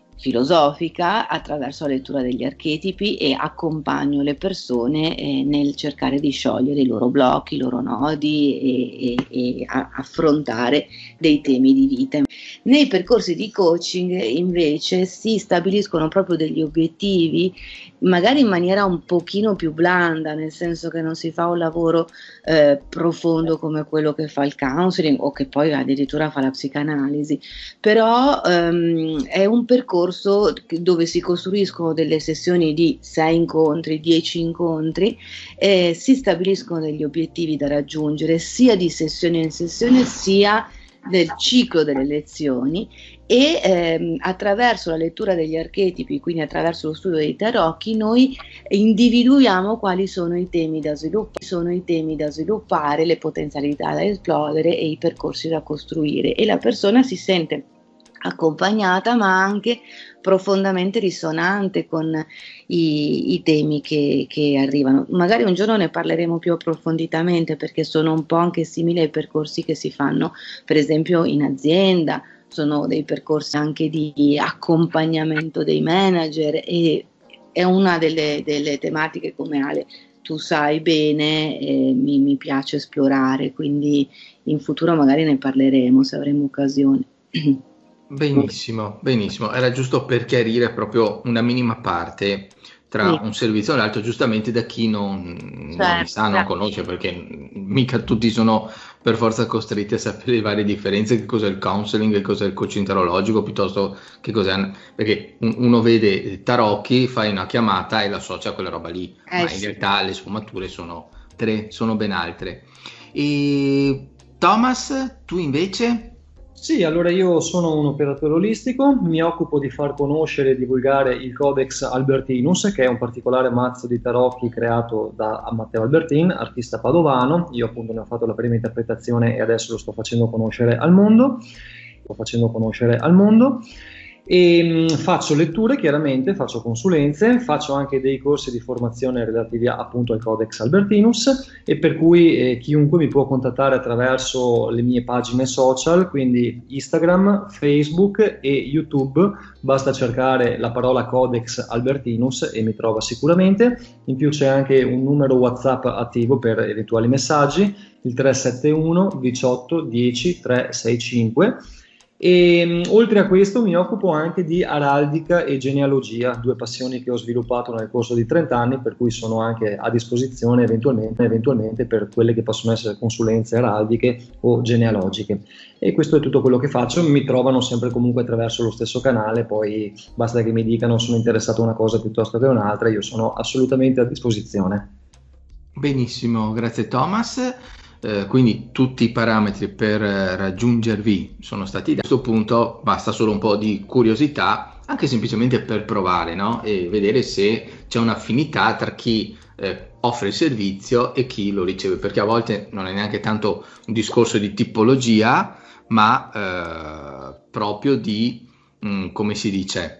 filosofica attraverso la lettura degli archetipi e accompagno le persone eh, nel cercare di sciogliere i loro blocchi, i loro nodi e, e, e a, affrontare dei temi di vita. Nei percorsi di coaching invece si stabiliscono proprio degli obiettivi, magari in maniera un pochino più blanda, nel senso che non si fa un lavoro eh, profondo come quello che fa il counseling o che poi addirittura fa la psicanalisi, però ehm, è un percorso dove si costruiscono delle sessioni di sei incontri, dieci incontri, e si stabiliscono degli obiettivi da raggiungere sia di sessione in sessione sia del ciclo delle lezioni, e ehm, attraverso la lettura degli archetipi, quindi attraverso lo studio dei tarocchi, noi individuiamo quali sono i temi da sviluppare, sono i temi da sviluppare, le potenzialità da esplodere e i percorsi da costruire, e la persona si sente accompagnata ma anche profondamente risonante con i, i temi che, che arrivano. Magari un giorno ne parleremo più approfonditamente, perché sono un po' anche simili ai percorsi che si fanno per esempio in azienda, sono dei percorsi anche di accompagnamento dei manager, e è una delle, delle tematiche, come Ale tu sai bene, eh, mi, mi piace esplorare, quindi in futuro magari ne parleremo se avremo occasione. Benissimo, benissimo. Era giusto per chiarire proprio una minima parte tra Sì. un servizio e l'altro, giustamente da chi non, Certo, non ne sa, non certo. conosce, perché mica tutti sono per forza costretti a sapere le varie differenze, che cos'è il counseling, che cos'è il coaching tarologico, piuttosto che cos'è, perché un- uno vede tarocchi, fai una chiamata e l'associa a quella roba lì, Eh, ma in sì. realtà le sfumature sono tre, sono ben altre. E Thomas, tu invece? Sì, allora io sono un operatore olistico, mi occupo di far conoscere e divulgare il Codex Albertinus, che è un particolare mazzo di tarocchi creato da Matteo Albertin, artista padovano. Io appunto ne ho fatto la prima interpretazione e adesso lo sto facendo conoscere al mondo, sto facendo conoscere al mondo. E mh, faccio letture, chiaramente, faccio consulenze, faccio anche dei corsi di formazione relativi a, appunto al Codex Albertinus, e per cui eh, chiunque mi può contattare attraverso le mie pagine social, quindi Instagram, Facebook e YouTube. Basta cercare la parola Codex Albertinus e mi trova sicuramente. In più c'è anche un numero WhatsApp attivo per eventuali messaggi, il tre sette uno diciotto dieci trecentosessantacinque. E mh, oltre a questo mi occupo anche di araldica e genealogia, due passioni che ho sviluppato nel corso di trenta anni, per cui sono anche a disposizione eventualmente, eventualmente per quelle che possono essere consulenze araldiche o genealogiche. E questo è tutto quello che faccio. Mi trovano sempre comunque attraverso lo stesso canale, poi basta che mi dicano sono interessato a una cosa piuttosto che a un'altra, io sono assolutamente a disposizione. Benissimo, grazie Thomas. Eh, quindi tutti i parametri per eh, raggiungervi sono stati dati. A questo punto basta solo un po' di curiosità, anche semplicemente per provare, no? E vedere se c'è un'affinità tra chi eh, offre il servizio e chi lo riceve, perché a volte non è neanche tanto un discorso di tipologia, ma eh, proprio di mh, come si dice,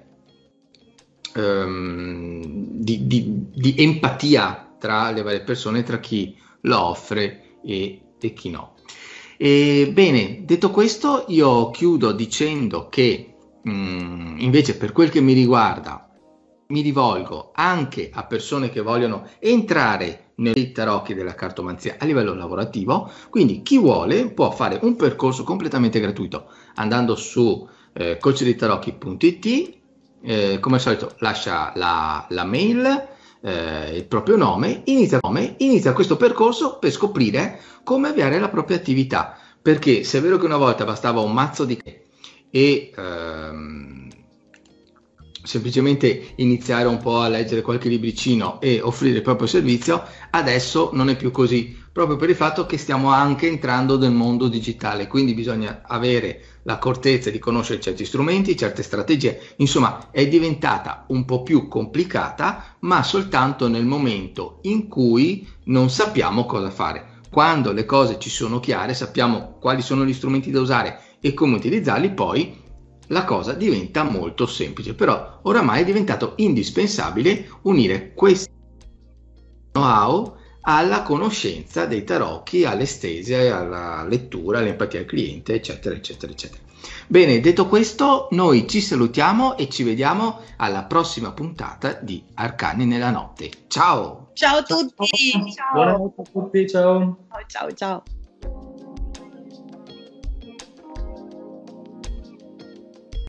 um, di, di, di empatia tra le varie persone, tra chi lo offre e, e chi no. E, bene, detto questo, io chiudo dicendo che mh, invece per quel che mi riguarda mi rivolgo anche a persone che vogliono entrare nei tarocchi della cartomanzia a livello lavorativo, quindi chi vuole può fare un percorso completamente gratuito andando su eh, coach di tarocchi punto it, eh, come al solito lascia la, la mail, eh, il proprio nome, inizia, nome, inizia questo percorso per scoprire come avviare la propria attività, perché se è vero che una volta bastava un mazzo di e ehm, semplicemente iniziare un po' a leggere qualche libricino e offrire il proprio servizio, adesso non è più così, proprio per il fatto che stiamo anche entrando nel mondo digitale, quindi bisogna avere l'accortezza di conoscere certi strumenti, certe strategie, insomma è diventata un po' più complicata, ma soltanto nel momento in cui non sappiamo cosa fare. Quando le cose ci sono chiare, sappiamo quali sono gli strumenti da usare e come utilizzarli, poi la cosa diventa molto semplice. Però oramai è diventato indispensabile unire questo know-how alla conoscenza dei tarocchi, all'estesia, alla lettura, all'empatia al cliente, eccetera, eccetera, eccetera. Bene, detto questo, noi ci salutiamo e ci vediamo alla prossima puntata di Arcani nella notte. Ciao! Ciao a tutti! Ciao. Buonanotte a tutti, ciao! Ciao, ciao, ciao!